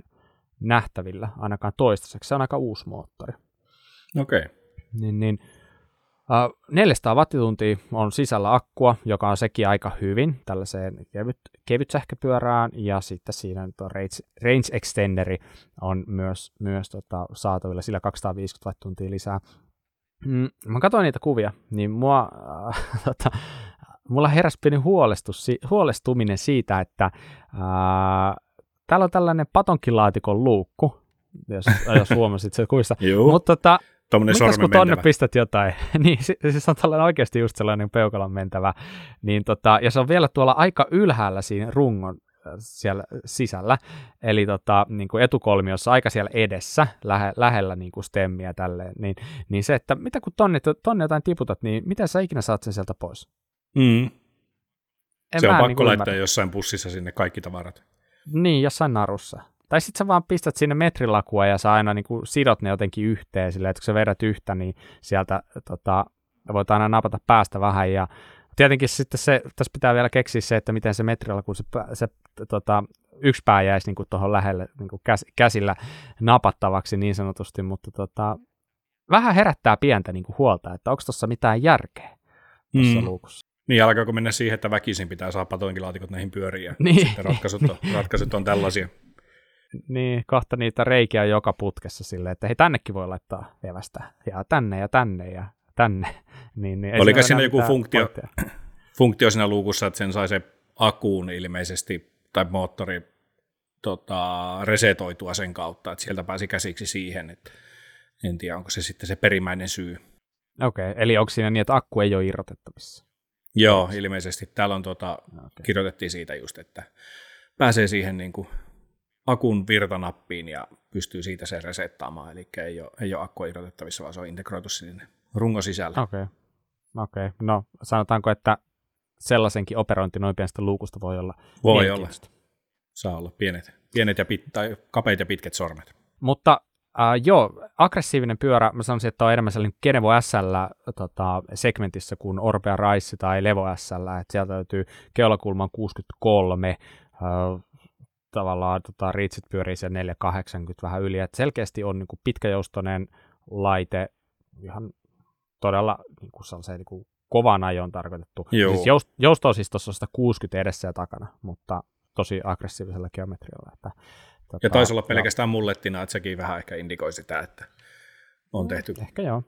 nähtävillä, ainakaan toistaiseksi. Se on aika uusi moottori. Okei. 400 wattituntia on sisällä akkua, joka on sekin aika hyvin tällaiseen kevyt sähköpyörään, ja sitten siinä nyt on range extenderi on myös saatavilla, sillä 250 wattituntia lisää. Mä katsoin niitä kuvia, niin mulla heräsi pieni huolestuminen siitä, että täällä on tällainen patonkilaatikon luukku, jos huomasit se kuvissa. Mutta mitäs kun tonne pistät jotain? Niin, siis on tällainen oikeasti just sellainen peukalon mentävä. Niin ja se on vielä tuolla aika ylhäällä siinä rungon siellä sisällä. Eli niin kuin etukolmiossa aika siellä edessä, lähellä niin kuin stemmiä tälleen. Niin se, että mitä kun tonne jotain tiputat, niin miten sä ikinä saat sen sieltä pois? Se on pakko laittaa jossain pussissa sinne kaikki tavarat. Niin, jossain narussa. Tai sitten sä vaan pistät sinne metrilakua ja sä aina niin kuin sidot ne jotenkin yhteen silleen, että kun sä vedät yhtä, niin sieltä voit aina napata päästä vähän. Ja tietenkin sitten tässä pitää vielä keksiä se, että miten se metrilaku, se yksi pää jäisi niin kuin tuohon lähelle niin kuin käsillä napattavaksi niin sanotusti, mutta vähän herättää pientä niin kuin huolta, että onko tuossa mitään järkeä tuossa luukussa. Niin, alkaako mennä siihen, että väkisin pitää saada patonkilaatikot näihin pyöriin, ja niin. Sitten ratkaisut on tällaisia. Niin, kohta niitä reikiä joka putkessa silleen, että hei, tännekin voi laittaa evästä, ja tänne ja tänne ja tänne. Niin oliko siinä joku funktio siinä luukussa, että sen sai se akuun ilmeisesti, tai moottori resetoitua sen kautta, että sieltä pääsi käsiksi siihen, että en tiedä, onko se sitten se perimmäinen syy. Okei, eli onko siinä niin, että akku ei ole irrotettavissa? Joo, ilmeisesti. Täällä on kirjoitettiin siitä just, että pääsee siihen niin kuin akun virtanappiin ja pystyy siitä sen resettaamaan, eli ei ole akkua irrotettavissa, vaan se on integroitu sinne rungon sisällä. Okei. No sanotaanko, että sellaisenkin operointi noin pienestä luukusta voi olla. Voi olla. Saa olla pienet ja tai kapeat ja pitkät sormet. Mutta aggressiivinen pyörä, mä sanoisin, että on enemmän sellainen Kenevo SL-segmentissä kuin Orbea Race tai Levo SL, että sieltä löytyy keulakulman 63, tavallaan reachit pyörii siellä 480 vähän yli, että selkeästi on niin kuin pitkäjoustoinen laite, ihan todella niin kuin sellaiseen niin kuin kovan ajon tarkoitettu. Siis jousto on siis tuossa 160 edessä ja takana, mutta tosi aggressiivisella geometrialla. Ja taisi olla pelkästään mullettina, että sekin vähän ehkä indikoi sitä, että on tehty ehkä joo,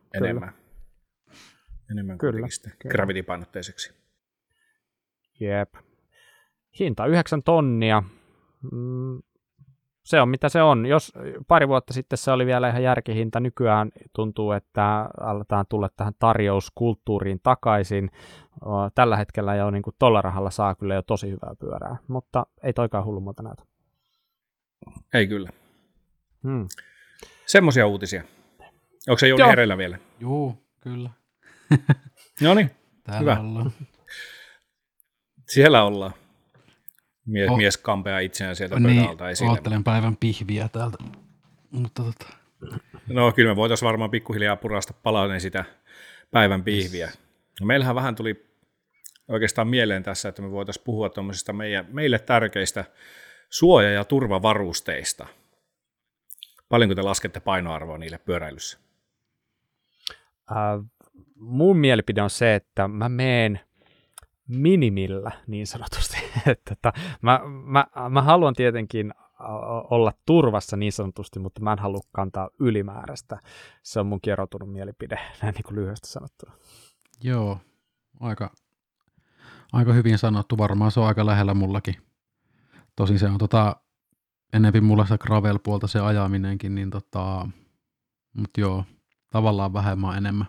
enemmän kuitenkin gravity-painotteiseksi. Jep. Hinta 9 tonnia. Se on mitä se on. Jos pari vuotta sitten se oli vielä ihan järkihinta, nykyään tuntuu, että aletaan tulla tähän tarjouskulttuuriin takaisin. Tällä hetkellä jo niin kuin tolla rahalla saa kyllä jo tosi hyvää pyörää, mutta ei toikaan hullummalta näytä. Ei kyllä. Semmoisia uutisia. Onko se Jouni hereillä vielä? Joo, kyllä. No niin, hyvä. Ollaan. Siellä ollaan. Mies kampea itseään sieltä pöydältä esille. Oottelen päivän pihviä täältä. Mutta No kyllä me voitaisiin varmaan pikkuhiljaa purasta palanen sitä päivän pihviä. No, meillähän vähän tuli oikeastaan mieleen tässä, että me voitaisiin puhua tuommoisista meille tärkeistä suoja- ja turvavarusteista. Paljonko te laskette painoarvoa niille pyöräilyssä? Mun mielipide on se, että mä meen minimillä niin sanotusti. Että mä haluan tietenkin olla turvassa niin sanotusti, mutta mä en halua kantaa ylimääräistä. Se on mun kieroutunut mielipide, näin niin kuin lyhyesti sanottuna. Joo, aika hyvin sanottu. Varmaan se on aika lähellä mullakin. Tosin se on enemmän mulla se gravel-puolta se ajaminenkin, niin mutta joo, tavallaan vähemmän enemmän.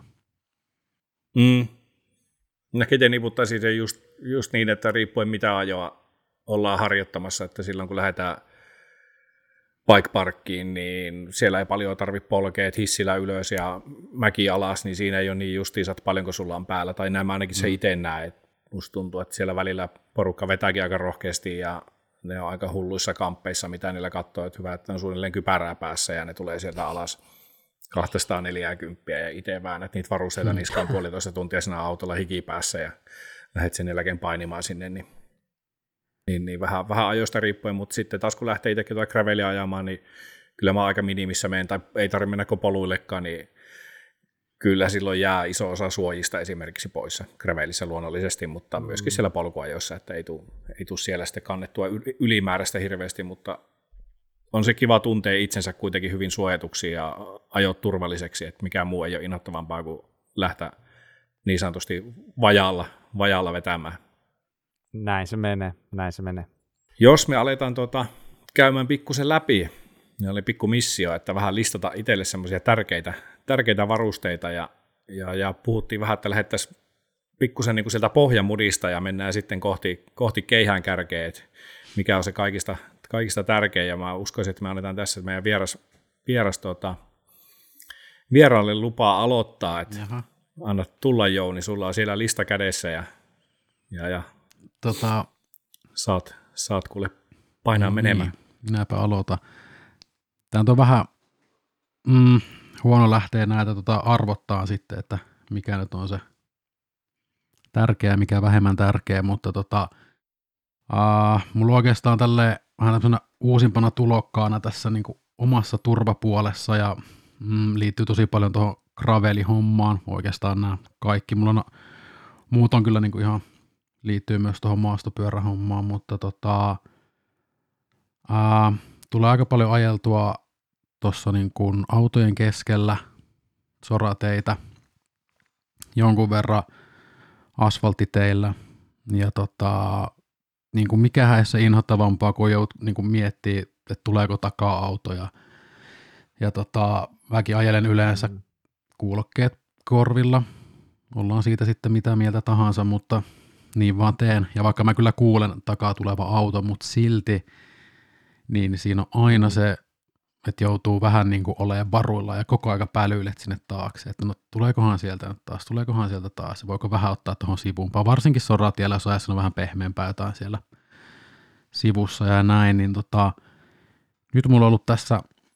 Näkee niputtaisi se just niin, että riippuen mitä ajoa ollaan harjoittamassa, että silloin kun lähdetään bike-parkkiin, niin siellä ei paljon tarvitse polkea, hissillä ylös ja mäki alas, niin siinä ei ole niin justiinsa, paljonko sulla on päällä, tai näin mä ainakin se itse näen. Musta tuntuu, että siellä välillä porukka vetääkin aika rohkeasti ja ne on aika hulluissa kamppeissa, mitä niillä katsoo, että hyvä, että on suunnilleen kypärää päässä ja ne tulee sieltä alas 240 ja itse väännät niitä varusteita niskaan 1,5 tuntia siinä autolla hikipäässä ja lähdet sen jälkeen painimaan sinne, niin vähän ajoista riippuen, mutta sitten taas kun lähtee itsekin tuota gravelia ajamaan, niin kyllä mä aika minimissä menen, tai ei tarvitse mennä poluillekaan, niin kyllä silloin jää iso osa suojista esimerkiksi poissa gravelissä luonnollisesti, mutta myöskin siellä polkuajoissa, että ei tule siellä sitten kannettua ylimääräistä hirveästi, mutta on se kiva tuntea itsensä kuitenkin hyvin suojatuksi ja ajot turvalliseksi, että mikään muu ei ole innoittavampaa kuin lähteä niin sanotusti vajaalla vetämään. Näin se menee. Jos me aletaan käymään pikkusen läpi, niin oli pikku missio, että vähän listata itselle semmoisia tärkeitä varusteita ja puhuttiin vähän, että lähdettäisiin pikkusen niin kuin sieltä pohjamudista ja mennään sitten kohti keihään kärkeä, että mikä on se kaikista tärkein, ja mä uskoisin, että me annetaan tässä että meidän vieraalle lupaa aloittaa, että anna tulla Jouni, sulla on siellä lista kädessä ja saat kuule painaa menemään. Niin, minäpä aloitan. Tämä on vähän huono lähteä näitä arvottaa sitten, että mikä nyt on se tärkeä, mikä vähemmän tärkeä, mutta mulla oikeastaan tälleen vähän tämmöisenä uusimpana tulokkaana tässä niin kuin omassa turvapuolessa ja liittyy tosi paljon tuohon gravelihommaan, oikeastaan nämä kaikki. Mulla on muut on kyllä niin kuin ihan liittyy myös tuohon maastopyörähommaan, mutta tulee aika paljon ajeltua tuossa niin kuin autojen keskellä sorateitä, jonkun verran asfalttiteillä ja niin kuin mikähän ei se inhottavampaa, kun niin kuin miettii, että tuleeko takaa auto ja mäkin ajelen yleensä kuulokkeet korvilla, ollaan siitä sitten mitä mieltä tahansa, mutta niin vaan teen. Ja vaikka mä kyllä kuulen takaa tuleva auto, mutta silti, niin siinä on aina se, että joutuu vähän niin kuin olemaan varuilla ja koko aika pälyilet sinne taakse. Että no tuleekohan sieltä taas, voiko vähän ottaa tuohon sivuunpaan. Varsinkin soratiellä, jos ajassa on vähän pehmeämpää jotain siellä sivussa ja näin, niin nyt mulla on ollut tässä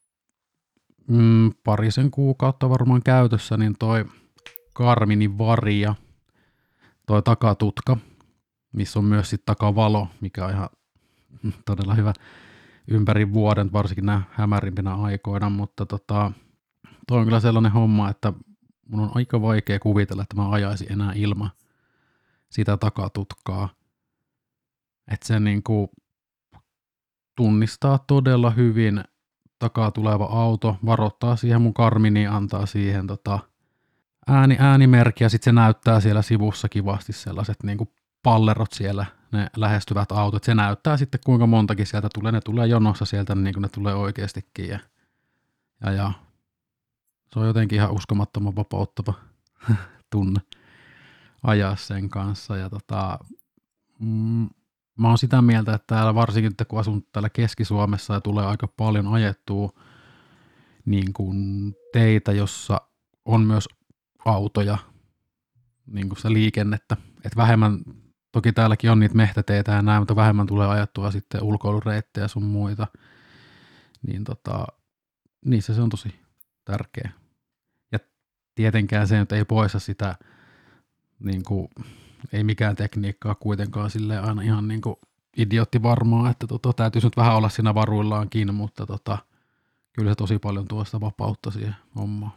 parisen kuukautta varmaan käytössä, niin toi Garminin Varia, toi takatutka, missä on myös sitten takavalo, mikä on ihan todella hyvä ympäri vuoden, varsinkin nämä hämärimpinä aikoina, mutta toi on kyllä sellainen homma, että mun on aika vaikea kuvitella, että mä ajaisin enää ilman sitä takatutkaa. Että se niinku tunnistaa todella hyvin takaa tuleva auto, varoittaa siihen mun Garminiin, antaa siihen äänimerkki ja sitten se näyttää siellä sivussa kivasti sellaiset niinku pallerot siellä, ne lähestyvät autot. Se näyttää sitten kuinka montakin sieltä tulee, ne tulee jonossa sieltä niin kuin ne tulee oikeastikin ja se on jotenkin ihan uskomattoman vapauttava tunne ajaa sen kanssa ja mä oon sitä mieltä, että täällä varsinkin kun asun täällä Keski-Suomessa ja tulee aika paljon ajettua niin kuin teitä, jossa on myös autoja, niin kuin se liikennettä, että vähemmän, toki täälläkin on niitä mehtäteitä ja näin, mutta vähemmän tulee ajettua sitten ulkoilureittejä sun muita, niin niissä se on tosi tärkeä. Ja tietenkään se nyt ei poista sitä, niin kuin, ei mikään tekniikkaa kuitenkaan silleen aina ihan niin kuin idiootti varmaa, että täytyisi nyt vähän olla siinä varuillaankin, mutta kyllä se tosi paljon tuo sitä vapautta siihen hommaan.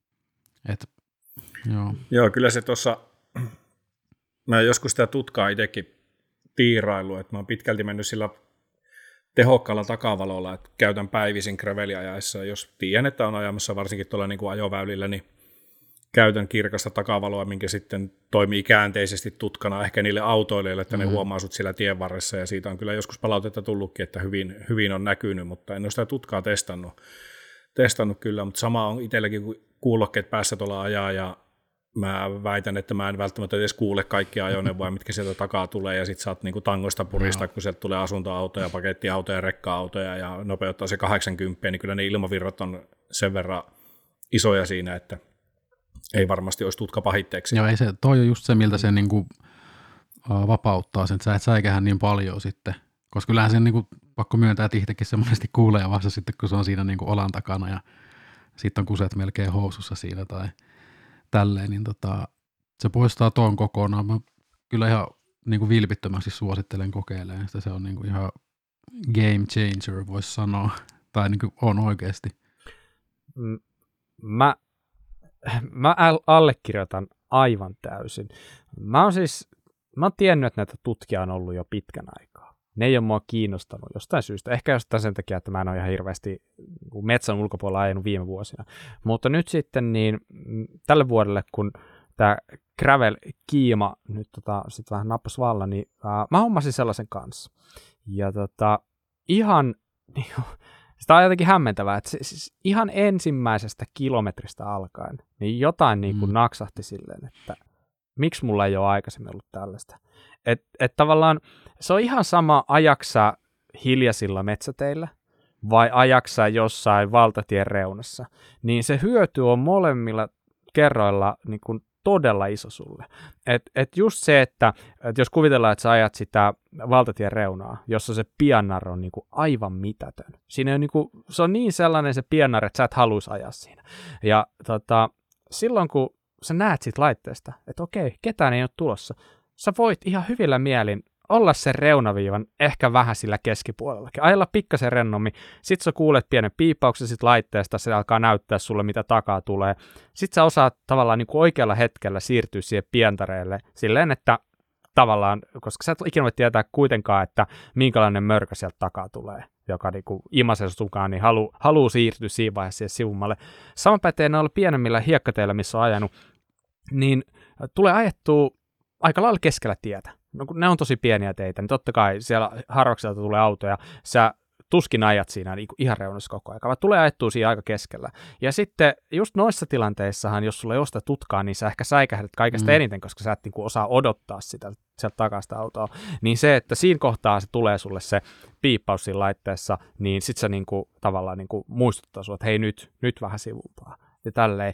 Joo, kyllä se tuossa, mä joskus sitä tutkaa itsekin tiiraillut, että mä oon pitkälti mennyt sillä tehokkaalla takavalolla, että käytän päivisin graveliajaessa, jos tiedän, että on ajamassa varsinkin tuolla niin kuin ajoväylillä, niin käytän kirkasta takavaloa, minkä sitten toimii käänteisesti tutkana ehkä niille autoille, että ne huomaa sut siellä tien varressa, ja siitä on kyllä joskus palautetta tullutkin, että hyvin on näkynyt, mutta en ole sitä tutkaa testannut kyllä, mutta sama on itselläkin, kun kuulokkeet päässä tuolla ajaa, ja mä väitän, että mä en välttämättä edes kuule kaikkia ajoneuvoja, mitkä sieltä takaa tulee, ja sit saat niinku tangoista purista, kun sieltä tulee asuntoautoja, pakettiautoja, rekka-autoja, ja nopeuttaa se 80, niin kyllä ne ilmavirrat on sen verran isoja siinä, että ei varmasti olisi tutka pahitteeksi. Joo, ei se, toi on just se, miltä se niinku vapauttaa sen, että sä et säikähän niin paljon sitten, koska kyllähän sen niinku pakko myöntää, että itsekin se monesti kuulee vasta sitten, kun se on siinä niinku olan takana, ja sitten on kuset melkein housussa siinä tai tälleen, niin se poistaa tuon kokonaan. Mä kyllä ihan niin kuin vilpittömästi suosittelen kokeilemaan sitä. Se on niin kuin ihan game changer, voisi sanoa. Tai niin kuin on oikeasti. Mä mä allekirjoitan aivan täysin. Mä oon tiennyt, että näitä tutkia on ollut jo pitkän aikaa. Ne ei ole mua kiinnostanut jostain syystä. Ehkä jostain sen takia, että mä en ole ihan hirveästi metsän ulkopuolella ajanut viime vuosina. Mutta nyt sitten niin tälle vuodelle, kun tämä gravel-kiima nyt sit vähän nappasi vallan, niin mä hommasin sellaisen kanssa. Ja ihan, sitä on jotenkin hämmentävää, että siis ihan ensimmäisestä kilometristä alkaen, niin jotain niin kuin naksahti silleen, että miksi mulla ei ole aikaisemmin ollut tällaista. Et tavallaan se on ihan sama, ajaksa hiljaisilla metsäteillä vai ajaksa jossain valtatien reunassa, niin se hyöty on molemmilla kerroilla niin kuin todella iso sulle. Et just se, että jos kuvitellaan, että sä ajat sitä valtatien reunaa, jossa se piannar on niinku aivan mitätön. Siinä on niinku, se on niin sellainen se piannar, että sä et haluaisi ajaa siinä. Ja silloin, kun sä näet siitä laitteesta, että okei, ketään ei ole tulossa, sä voit ihan hyvillä mielin olla sen reunaviivan ehkä vähän sillä keskipuolellakin. Ajella pikkasen rennommin, sit sä kuulet pienen piippauksen sit laitteesta, se alkaa näyttää sulle, mitä takaa tulee. Sit sä osaat tavallaan niin kuin oikealla hetkellä siirtyä siihen pientareelle silleen, että tavallaan, koska sä et ikinä voi tietää kuitenkaan, että minkälainen mörkö sieltä takaa tulee, joka niin kuin imasee sukaan, niin haluu siirtyä siinä vaiheessa siihen sivummalle. Sama pätee ne olla pienemmillä hiekkateillä, missä on ajanut, niin tulee ajettua aika lailla keskellä tietä. No, kun ne on tosi pieniä teitä, niin totta kai siellä harvakselta tulee autoja, sä tuskin ajat siinä niin kuin ihan reunassa koko ajan, vaan tulee ajettua siinä aika keskellä. Ja sitten just noissa tilanteissahan, jos sulla ei ole sitä tutkaa, niin sä ehkä säikähdät kaikesta eniten, koska sä et niin kuin osaa odottaa sitä sieltä takasta autoa. Niin se, että siinä kohtaa se tulee sulle se piippaus siinä laitteessa, niin sit sä niin kuin, tavallaan niin kuin muistuttaa sua, että hei nyt vähän sivumpaa. Ja tälleen.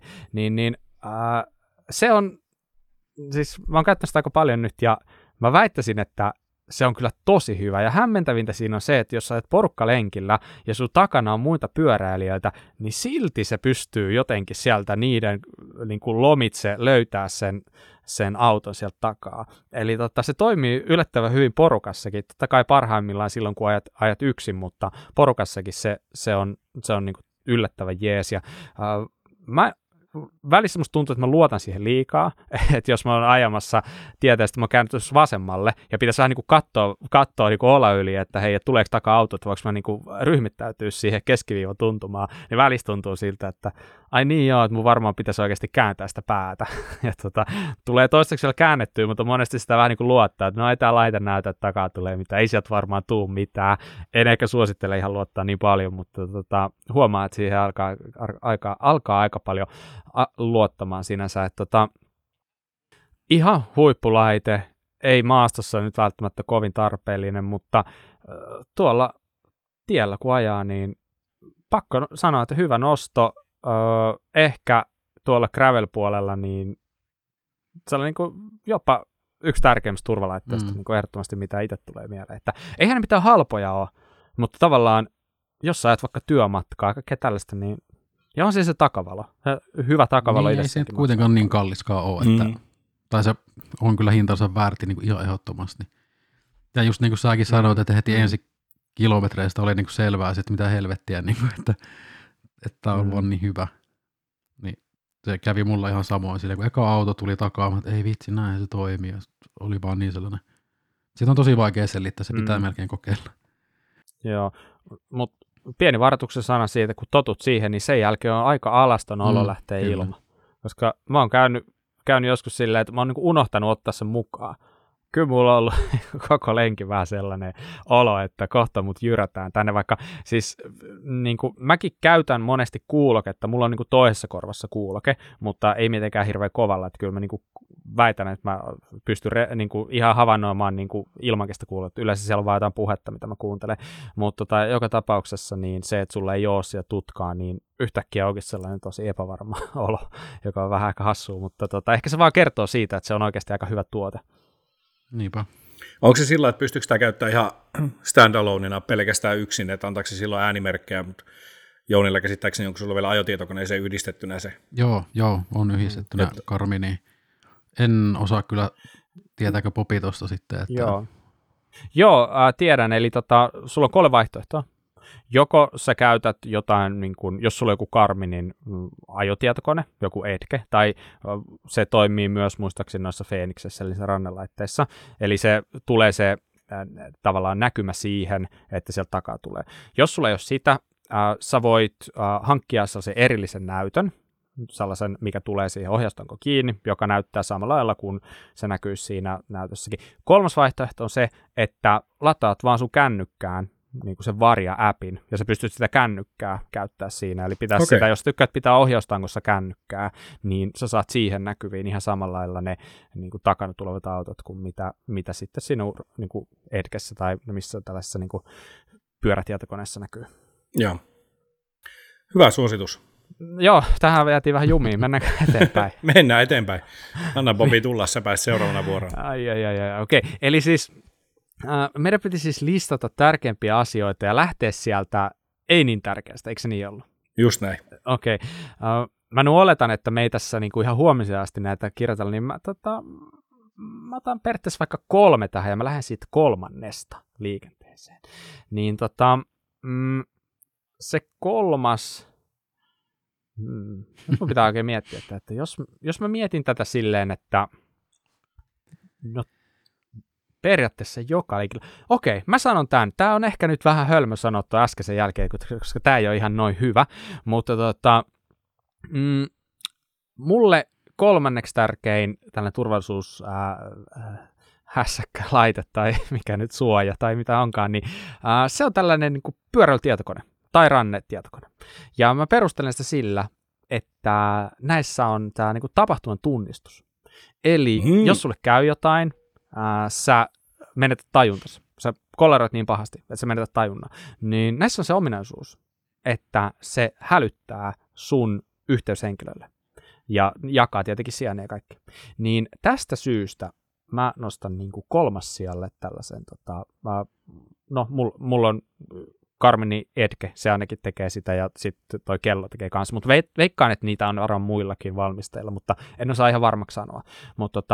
Se on, siis mä oon käyttänyt sitä aika paljon nyt, ja mä väittäisin, että se on kyllä tosi hyvä, ja hämmentävintä siinä on se, että jos sä olet porukalenkillä ja sun takana on muita pyöräilijöitä, niin silti se pystyy jotenkin sieltä niiden niin kuin lomitse löytää sen auton sieltä takaa. Eli se toimii yllättävän hyvin porukassakin, totta kai parhaimmillaan silloin, kun ajat yksin, mutta porukassakin se on niin kuin yllättävän jees, ja välissä musta tuntuu, että mä luotan siihen liikaa, että jos mä oon ajamassa tieteestä, mä oon käännyt vasemmalle ja pitäisi vähän niin kuin katsoa niin kuin olla yli, että hei, että tuleeko takaa auto, että voiko mä niin kuin ryhmittäytyä siihen keskiviivan tuntumaan, niin välissä tuntuu siltä, että ai niin joo, että mun varmaan pitäisi oikeasti kääntää sitä päätä. Ja tulee toistaiseksi vielä käännettyä, mutta monesti sitä vähän niin kuin luottaa, että no ei tää laite näytä, että takaa tulee mitään, ei sieltä varmaan tuu mitään. En ehkä suosittele ihan luottaa niin paljon, mutta huomaa, että siihen alkaa aika paljon luottamaan sinänsä, että ihan huippulaite, ei maastossa nyt välttämättä kovin tarpeellinen, mutta tuolla tiellä kun ajaa, niin pakko sanoa, että hyvä nosto, ehkä tuolla gravel-puolella, niin sellainen niin kuin jopa yksi tärkeimmistä turvalaitteista, niin kuin ehdottomasti mitä itse tulee mieleen, että eihän ne mitään halpoja ole, mutta tavallaan, jos sä ajat vaikka työmatkaa, kaikkea tällaista, niin ja on siis se takavalo. Hyvä takavalo niin, ei se kuitenkaan niin kalliskaan ole, että, tai se on kyllä hintansa väärti niin kuin ihan ehdottomasti. Ja just niin kuin säkin sanoit, että heti ensi kilometreistä oli niin kuin selvää, että mitä helvettiä, niin kuin, että on vaan niin hyvä. Niin se kävi mulla ihan samoin sillä, kun eka auto tuli takaa, että ei vitsi, näin se toimii. Ja oli vaan niin sellainen. Siitä on tosi vaikea selittää, se pitää melkein kokeilla. Joo, mutta pieni varoituksen sana siitä, kun totut siihen, niin sen jälkeen on aika alaston olo lähteä ilman. Koska mä oon käynyt joskus silleen, että mä oon niinku unohtanut ottaa sen mukaan. Kyllä mulla on ollut koko lenki vähän sellainen olo, että kohta mut jyrätään tänne, vaikka siis niin kuin, mäkin käytän monesti kuuloketta, mulla on niin kuin toisessa korvassa kuuloke, mutta ei mitenkään hirveän kovalla, että kyllä mä niin kuin väitän, että mä pystyn niin kuin ihan havainnoimaan niin kuin ilmankestä kuuloketta, yleensä siellä on vaan jotain puhetta, mitä mä kuuntelen, mutta joka tapauksessa niin se, että sulla ei ole siellä tutkaa, niin yhtäkkiä onkin sellainen tosi epävarma olo, joka on vähän aika hassua, mutta ehkä se vaan kertoo siitä, että se on oikeasti aika hyvä tuote. Niinpä. Onko se sillä, että pystyykö sitä käyttämään ihan standaloneina pelkästään yksin, että antaako se silloin äänimerkkejä, mutta Jounilla käsittääkseni onko sulla vielä ajotietokoneeseen yhdistettynä se? Joo, on yhdistettynä Garminiin. En osaa kyllä, tietääkö Popi tuosta sitten. Että... Joo, tiedän, eli sulla on 3 vaihtoehtoa. Joko sä käytät jotain, niin kun, jos sulla on joku Garminin ajotietokone, joku Edge, tai se toimii myös muistaakseni noissa Phoenixissa, eli rannelaitteissa, eli se tulee se tavallaan näkymä siihen, että sieltä takaa tulee. Jos sulla ei ole sitä, sä voit hankkia sellaisen erillisen näytön, sellaisen, mikä tulee siihen ohjaustanko kiinni, joka näyttää samalla lailla kuin se näkyy siinä näytössäkin. Kolmas vaihtoehto on se, että lataat vaan sun kännykkään niin kuin sen Varia-appin, ja sä pystyt sitä kännykkää käyttää siinä. Eli pitää sitä, jos tykkäät pitää ohjaustangossa kännykkää, niin sä saat siihen näkyviin ihan samalla lailla ne niin kuin takana tulevat autot kuin mitä sitten sinun niin kuin Edgessä tai missä tällaisessa niin kuin pyörätietokoneessa näkyy. Joo. Hyvä suositus. Joo, tähän jäätiin vähän jumiin. Mennäänkö eteenpäin? Mennään eteenpäin. Anna Bobi tulla, sä pääsit seuraavana vuoroon. Ai, okei. Eli siis meidän piti siis listata tärkeimpiä asioita ja lähteä sieltä ei niin tärkeästä, eikö se niin ollut? Just näin. Okei. Mä nyt oletan, että me ei tässä niinku ihan huomiseen asti näitä kirjoitella, niin mä otan periaatteessa vaikka 3 tähän ja mä lähden siitä 3. liikenteeseen. Niin se 3. Nyt mun pitää oikein miettiä, että jos mä mietin tätä silleen, että no periaatteessa joka liikellä. Okei, mä sanon tämän. Tämä on ehkä nyt vähän hölmö sanottu äskeisen jälkeen, koska tämä ei ole ihan noin hyvä, mutta mulle 3. tärkein tällainen turvallisuus hässäkkälaite tai mikä nyt suoja tai mitä onkaan, niin se on tällainen niin kuin pyöräilytietokone tai rannetietokone. Ja mä perustelen sitä sillä, että näissä on tämä niin kuin tapahtuman tunnistus. Eli jos sulle käy jotain, sä menetät tajuntasi. Sä kolleroit niin pahasti, että sä menetät tajunnan. Niin näissä on se ominaisuus, että se hälyttää sun yhteyshenkilölle. Ja jakaa tietenkin sijainnin ja kaikki. Niin tästä syystä mä nostan niin kuin 3. sijalle tällaisen, mulla on Garminin Edge, se ainakin tekee sitä, ja sitten toi kello tekee kanssa, mutta veikkaan, että niitä on varmaan muillakin valmistajilla, mutta en osaa ihan varmaksi sanoa. Mutta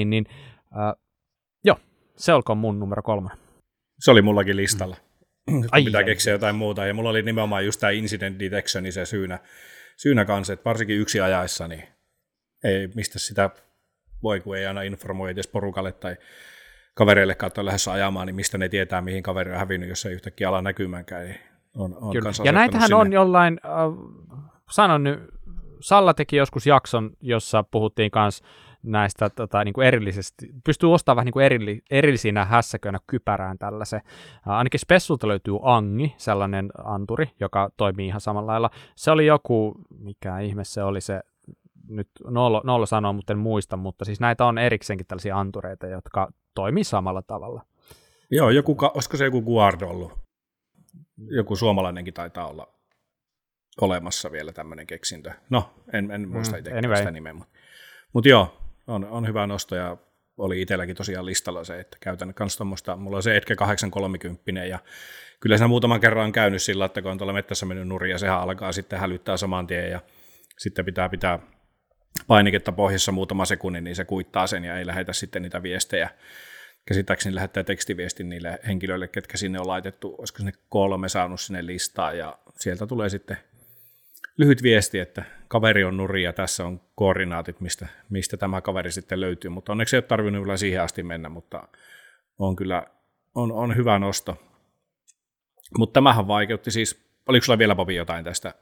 joo, se olkoon mun numero 3. Se oli mullakin listalla. Pitää keksiä jotain muuta, ja mulla oli nimenomaan just tämä incident detection, niin se syynä kanssa, että varsinkin yksi ajaessa, niin ei mistä sitä voi, kun ei aina informoi edes porukalle tai kavereille kautta lähdössä ajamaan, niin mistä ne tietää, mihin kaveri on hävinnyt, jos ei yhtäkkiä ala näkymäänkään. Niin on ja näitähän sinne. On jollain, sanon nyt, Salla teki joskus jakson, jossa puhuttiin kanssa näistä niin kuin erillisesti, pystyy ostamaan vähän niin kuin erillisinä hässäköinä kypärään tällaisen. Ainakin Spessulta löytyy Angi, sellainen anturi, joka toimii ihan samalla lailla. Se oli joku, mikä ihme se oli se, nyt nolla sanoa, mutta en muista, mutta siis näitä on erikseenkin tällaisia antureita, jotka toimii samalla tavalla. Joo, olisiko se joku Guard ollut? Joku suomalainenkin taitaa olla olemassa vielä tämmöinen keksintö. No, en muista itsekään sitä nimeä. Mutta joo, on hyvä nosto ja oli itselläkin tosiaan listalla se, että käytän myös tuommoista, mulla on se Edge 830 ja kyllä siinä muutaman kerran on käynyt sillä, että kun on tuolla mettässä mennyt nurin ja sehän alkaa sitten hälyttää saman tien ja sitten pitää painiketta pohjassa muutama sekunnin, niin se kuittaa sen ja ei lähetä sitten niitä viestejä. Käsittääkseni lähettää tekstiviestin niille henkilöille, ketkä sinne on laitettu, olisiko sinne 3 saanut sinne listaa ja sieltä tulee sitten lyhyt viesti, että kaveri on nurin ja tässä on koordinaatit, mistä tämä kaveri sitten löytyy, mutta onneksi ei ole tarvinnut vielä siihen asti mennä, mutta on kyllä on hyvä nosto. Mutta tämähän vaikeutti siis, oliko sulla vielä Bobi jotain tästä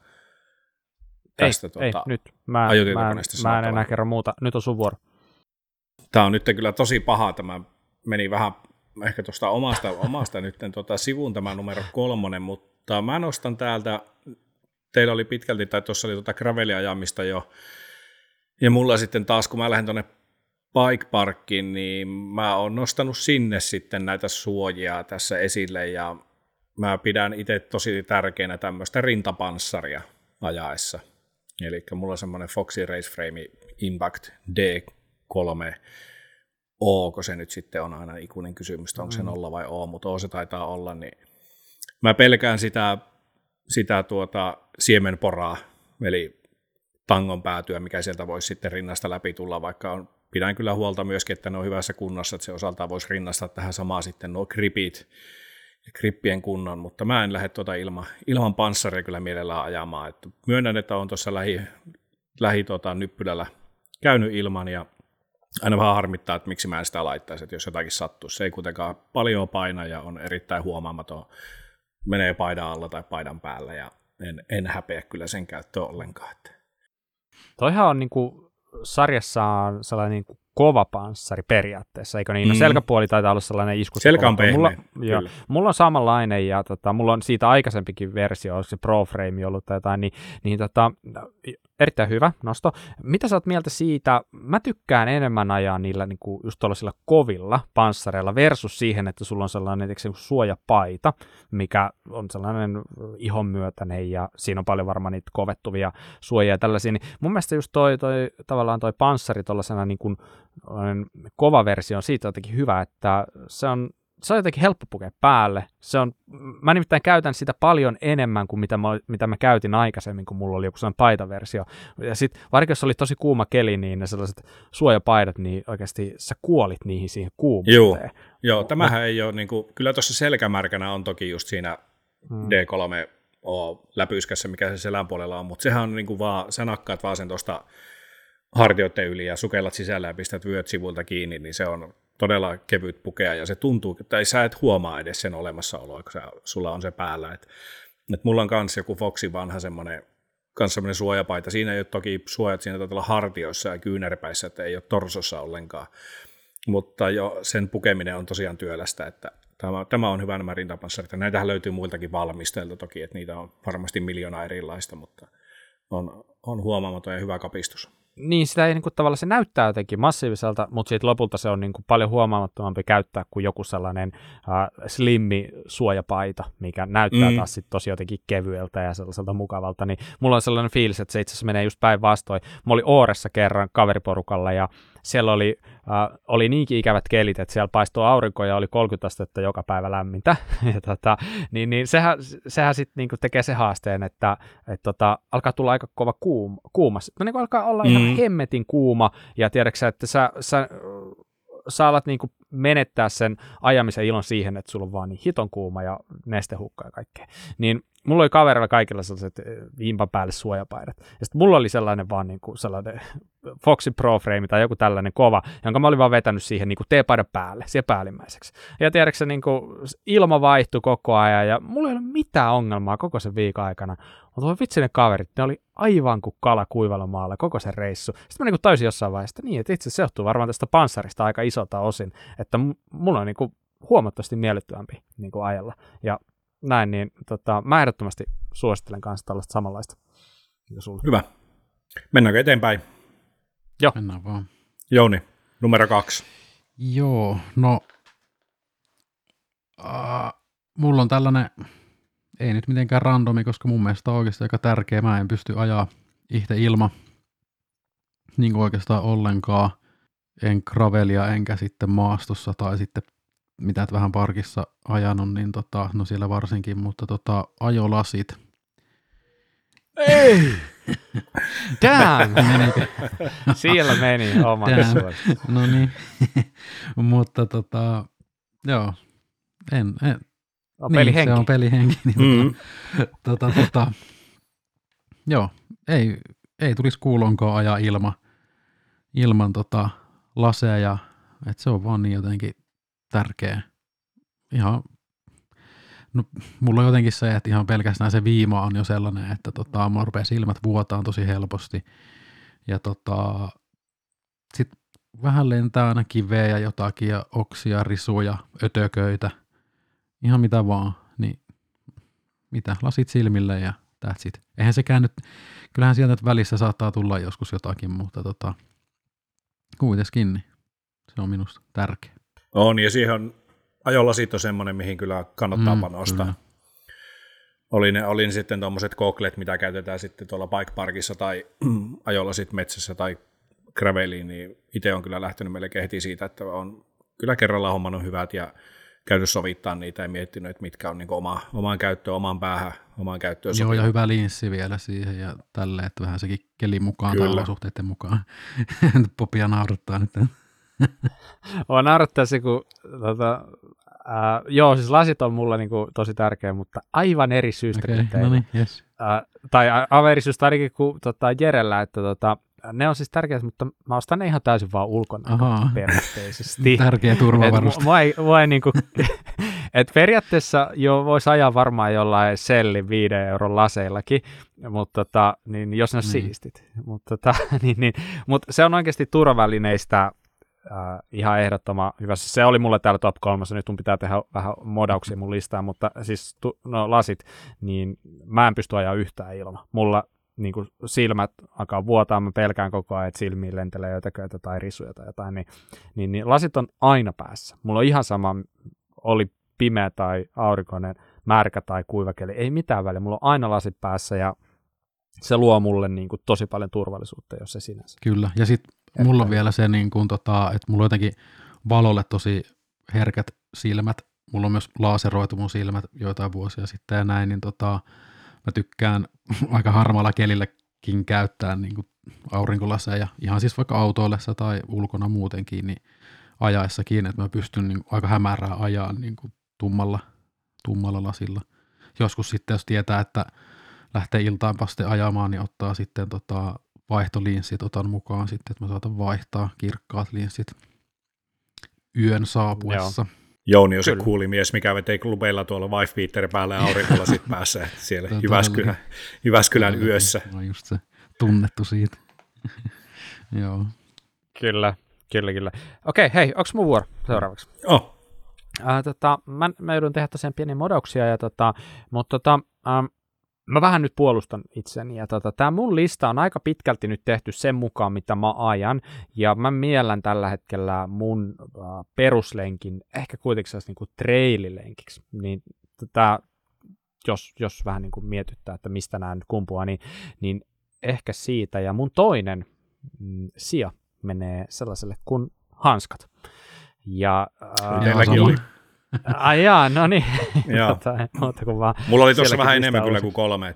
ei, nyt. Mä en enää kerro muuta. Nyt on sun vuoro. Tämä on nyt kyllä tosi paha. Tämä meni vähän ehkä tuosta omasta nyt sivuun tämä numero 3, mutta mä nostan täältä, teillä oli pitkälti, tai tuossa oli graveliajamista jo, ja mulla sitten taas, kun mä lähden tuonne bike parkkiin, niin mä oon nostanut sinne sitten näitä suojia tässä esille, ja mä pidän itse tosi tärkeänä tämmöistä rintapanssaria ajaessa. Eli mulla on semmoinen Foxy Race Frame Impact D3 O, se nyt sitten on aina ikuinen kysymys, onko se 0 vai O, mutta O se taitaa olla, niin mä pelkään sitä siemenporaa, eli tangon päätyä, mikä sieltä voisi sitten rinnasta läpi tulla, vaikka pidän kyllä huolta myöskin, että ne on hyvässä kunnossa, että se osaltaan voisi rinnastaa tähän samaan sitten nuo gripit grippien kunnon, mutta mä en lähde tuota ilman panssaria kyllä mielellään ajamaan. Että myönnän, että on tuossa nyppylällä käynyt ilman ja aina vähän harmittaa, että miksi mä en sitä laittaisi, että jos jotakin sattuu. Se ei kuitenkaan paljon paina ja on erittäin huomaamaton, menee paidan alla tai paidan päällä ja en häpeä kyllä sen käyttöä ollenkaan. Toihan on niinku sarjassaan sellainen niinku kova panssari periaatteessa, eikö niin? No selkäpuoli taitaa olla sellainen iskussa. Selkä on pehmeä, mulla on samanlainen ja mulla on siitä aikaisempikin versio, onko se Pro Frame ollut tai jotain, niin erittäin hyvä nosto. Mitä sä oot mieltä siitä? Mä tykkään enemmän ajaa niillä niinku just tuollaisilla kovilla panssareilla versus siihen, että sulla on sellainen suojapaita, mikä on sellainen ihon myötäinen ja siinä on paljon varmaan niitä kovettuvia suojia ja tällaisia. Niin mun mielestä just tavallaan toi panssari tuollaisena niinku kova versio on siitä jotenkin hyvä, että se on jotenkin helppo pukea päälle. Mä nimittäin käytän sitä paljon enemmän kuin mitä mä käytin aikaisemmin, kun mulla oli joku sellainen paitaversio. Ja sitten vaikka jos oli tosi kuuma keli, niin ne sellaiset suojapaidat, niin oikeasti sä kuolit niihin siihen kuumuuteen. Joo, tämähän ei ole, kyllä tuossa selkämärkänä on toki just siinä D3 läpyskässä, mikä se selän puolella on, mutta sehän on vaan, sä nakkaat vaan sen tuosta hartioiden yli ja sukellat sisällä ja pistät vyöt sivulta kiinni, niin se on todella kevyt pukea ja se tuntuu, tai sä et huomaa edes sen olemassaoloa, kun sulla on se päällä. Et mulla on myös joku Foxin vanha semmoinen suojapaita. Siinä ei ole toki suojat siinä taitaa olla hartioissa ja kyynärpäissä, että ei ole torsossa ollenkaan. Mutta jo sen pukeminen on tosiaan työlästä, että tämä on hyvä nämä rintapanssarit. Näitähän löytyy muiltakin valmistajilta toki, että niitä on varmasti miljoona erilaista, mutta on huomaamaton ja hyvä kapistus. Niin, sitä ei tavallaan, se näyttää jotenkin massiiviselta, mutta siitä lopulta se on paljon huomaamattomampi käyttää kuin joku sellainen slimmi suojapaita, mikä näyttää taas sit tosi jotenkin kevyeltä ja sellaiselta mukavalta. Niin mulla on sellainen fiilis, että se itse asiassa menee just päinvastoin. Mä olin Ooressa kerran kaveriporukalla ja siellä oli niinkin ikävät kelit, että siellä paistoi aurinko ja oli 30 astetta joka päivä lämmintä. niin sehän sitten tekee se haasteen, että alkaa tulla aika kova kuuma. No alkaa olla ihan hemmetin kuuma ja tiedätkö että sä alat menettää sen ajamisen ilon siihen, että sulla on vaan niin hiton kuuma ja nestehukka ja kaikkea. Niin mulla oli kaverilla kaikilla sellaiset vimpan päälle suojapaidat. Ja sitten mulla oli sellainen vaan sellainen Foxin Pro Frame tai joku tällainen kova, jonka mä olin vaan vetänyt siihen T-paidan päälle, siihen päällimmäiseksi. Ja tiedätkö ilma vaihtui koko ajan ja mulla ei ollut mitään ongelmaa koko sen viikon aikana. Mutta vitsi ne kaverit, ne oli aivan kuin kala kuivalla maalla koko sen reissu. Sitten mä tajusin jossain vaiheessa, että itse se johtuu varmaan tästä panssarista aika isolta osin, että mulla on huomattavasti miellyttävämpi ajalla. Ja näin, niin mä ehdottomasti suosittelen kanssa tällaista samanlaista. Hyvä. Mennäänkö eteenpäin? Joo. Mennään vaan. Jouni, numero 2. Joo, no mulla on tällainen, ei nyt mitenkään randomi, koska mun mielestä on oikeasti aika tärkeä. Mä en pysty ajaa itse ilman oikeastaan ollenkaan. En gravelia enkä sitten maastossa tai sitten mitä et vähän parkissa ajanut, niin no siellä varsinkin, mutta ajolasit. Ei! Damn! Siellä meni oma suosi. No niin, mutta joo, en. On pelihenki. Se on pelihenki. Niin joo, ei tulisi kuulonkaan ajaa ilman laseja, että se on vaan niin jotenkin tärkeä. Ihan, no, mulla on jotenkin se, että ihan pelkästään se viima on jo sellainen, että mulla rupeaa silmät vuotaan tosi helposti. Ja sit vähän lentää aina kiveä ja jotakin ja oksia, risuja, ötököitä. Ihan mitä vaan. Niin mitä, lasit silmille ja that's it. Eihän sekään nyt, kyllähän sieltä nyt välissä saattaa tulla joskus jotakin, mutta kuitenkin niin se on minusta tärkeä. On, ja siihen ajolasit on semmoinen, mihin kyllä kannattaa panostaa. Oli ne sitten tuommoiset goglet, mitä käytetään sitten tuolla bike parkissa tai ajolasit metsässä tai graveliin, niin itse on kyllä lähtenyt melkein heti siitä, että on kyllä kerralla hommannut hyvät ja käynyt sovittaa niitä ja miettinyt, että mitkä on niin omaan käyttöön, omaan päähän, omaan käyttöön sopivaa. Joo, ja hyvä linssi vielä siihen ja tälleen, että vähän sekin kelin mukaan tai olosuhteiden mukaan. Popia naurattaa nyt. Vaan naurattaa se, kun Joo, siis lasit on mulle niinku tosi tärkeä, mutta aivan eri syystä kuin teillä. No niin, yes. Tai aivan eri syystä ainakin kuin Jerellä, että ne on siis tärkeät, mutta mä ostan ne ihan täysin vaan ulkona perusteisesti. Tärkeä turvavaruste. Mua ei niinku, et periaatteessa jo voisi ajaa varmaan jollain sellin 5 euron laseillakin, mutta niin, jos ne on siistit. Mutta mut se on oikeasti turvavälineistä ihan ehdottoman hyvä. Se oli mulle täällä top 3, nyt mun pitää tehdä vähän modauksia mun listaan, mutta siis lasit, niin mä en pysty ajaa yhtään ilman. Mulla niin kuin silmät alkaa vuotaa, mä pelkään koko ajan, että silmiin lentelee jotaköitä tai risuja tai jotain, niin lasit on aina päässä. Mulla on ihan sama, oli pimeä tai aurinkoinen, märkä tai kuivakeli, ei mitään väliä, mulla on aina lasit päässä ja se luo mulle niin kuin tosi paljon turvallisuutta, jos se sinänsä. Kyllä, ja sitten mulla on vielä se, niin kuin, että mulla on jotenkin valolle tosi herkät silmät, mulla on myös laaseroitu mun silmät joitain vuosia sitten ja näin, niin mä tykkään aika harmaalla kelilläkin käyttää niin kuin aurinkolaseja, ihan siis vaikka autoillessa tai ulkona muutenkin, niin ajaessakin, että mä pystyn niin aika hämärää ajaa niin kuin tummalla lasilla. Joskus sitten, jos tietää, että lähtee iltaan paste ajamaan, niin ottaa sitten vaihtolinssit, otan mukaan sitten, että mä saatan vaihtaa kirkkaat linssit yön saapuessa. Joo. Jouni on se kuuli mies, mikä vetei klubeilla tuolla wife beater päällä ja aurinkolla sitten päässä siellä Jyväskylän yössä. No just se tunnettu siitä. Joo. Kyllä. Okei, hei, onko mun vuoro seuraavaksi? Mä joudun tehdä tosiaan pieniä modauksia, mutta mä vähän nyt puolustan itseni, ja tämä mun lista on aika pitkälti nyt tehty sen mukaan, mitä mä ajan, ja mä miellän tällä hetkellä mun peruslenkin, ehkä kuitenkin sellaisi niinku traililenkiksi, niin jos vähän niinku mietittää, että mistä nämä nyt kumpuaa, niin ehkä siitä, ja mun toinen sija menee sellaiselle kuin hanskat. Ja teilläkin oli. Jaa, no niin. Mulla oli tuossa vähän enemmän kyllä kuin 3.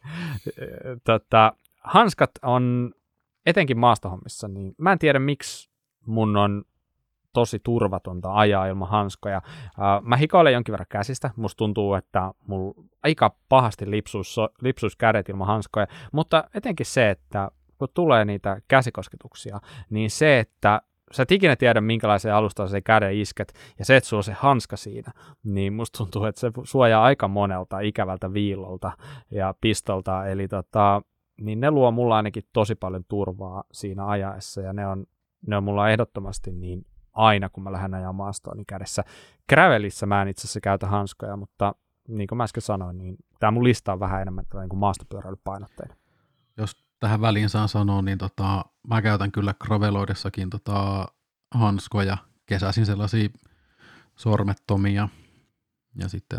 Hanskat on etenkin maastohommissa, niin mä en tiedä miksi mun on tosi turvatonta ajaa ilman hanskoja. Mä hikoilen jonkin verran käsistä, musta tuntuu, että mulla aika pahasti lipsuisi kädet ilman hanskoja, mutta etenkin se, että kun tulee niitä käsikosketuksia, niin se, että sä et ikinä tiedä, minkälaiseen alustaan se käden isket, ja se, että sulla on se hanska siinä, niin musta tuntuu, että se suojaa aika monelta ikävältä viillolta ja pistolta, eli niin ne luo mulla ainakin tosi paljon turvaa siinä ajaessa, ja ne on mulla ehdottomasti niin aina, kun mä lähden ajaa maastoa, niin kädessä. Gravelissä mä en itse asiassa käytä hanskoja, mutta niin kuin mä äsken sanoin, niin tää mun lista on vähän enemmän niin kuin maastopyöräilypainotteinen. Jos tähän väliin saan sanoa, niin mä käytän kyllä graveloidessakin hanskoja, kesäisin sellaisia sormettomia ja sitten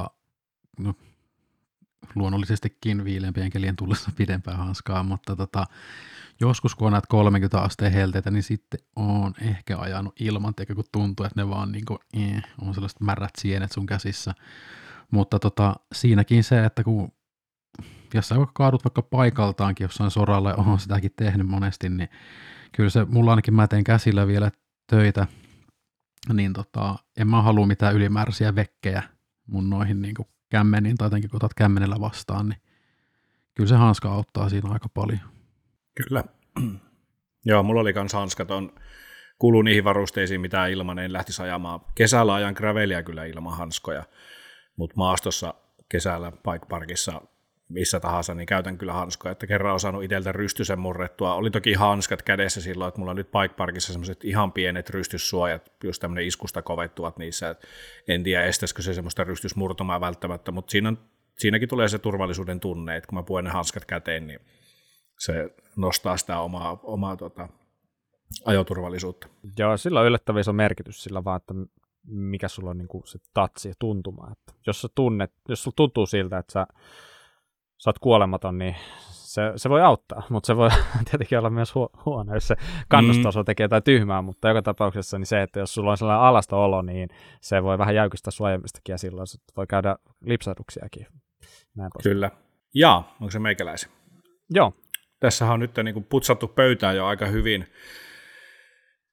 luonnollisestikin viileämpien kelien tullessa pidempää hanskaa, mutta joskus kun on näitä 30 asteen helteitä, niin sitten on ehkä ajanut ilman, eikä kun tuntuu, että ne vaan niin kuin, on sellaiset märät sienet sun käsissä, mutta siinäkin se, että kun jos sä kaadut vaikka paikaltaankin jossain soralla, ja oon sitäkin tehnyt monesti, niin kyllä se, mulla ainakin mä teen käsillä vielä töitä, niin en mä halua mitään ylimääräisiä vekkejä mun noihin niin kuin kämmeniin, tai jotenkin kun otat kämmenellä vastaan, niin kyllä se hanska auttaa siinä aika paljon. Kyllä. Joo, mulla oli kans hanskat, kuuluu niihin varusteisiin, mitä ilman en lähtisi ajamaan. Kesällä ajan gravelia kyllä ilman hanskoja, mutta maastossa kesällä bike parkissa missä tahansa, niin käytän kyllä hanskoja, että kerran on saanut itseltä rystysen murrettua. Oli toki hanskat kädessä silloin, että mulla on nyt bike parkissa semmoiset ihan pienet rystyssuojat, just tämmöinen iskusta kovettuvat niissä, että en tiedä estäisikö se semmoista rystysmurtumaa välttämättä, mutta siinäkin tulee se turvallisuuden tunne, että kun mä puen ne hanskat käteen, niin se nostaa sitä omaa ajoturvallisuutta. Joo, sillä on yllättävän iso merkitys sillä vaan, että mikä sulla on niin kuin se tatsi ja tuntuma. Että jos sulla tuntuu siltä, että sä oot kuolematon, niin se voi auttaa, mutta se voi tietenkin olla myös huono, jos se kannustaso tekee jotain tyhmää, mutta joka tapauksessa niin se, että jos sulla on sellainen alasta olo, niin se voi vähän jäykistää suojamistakin ja silloin se voi käydä lipsahduksiakin. Kyllä. Ja, onko se meikäläisen? Joo. Tässähän on nyt niin kuin putsattu pöytään jo aika hyvin.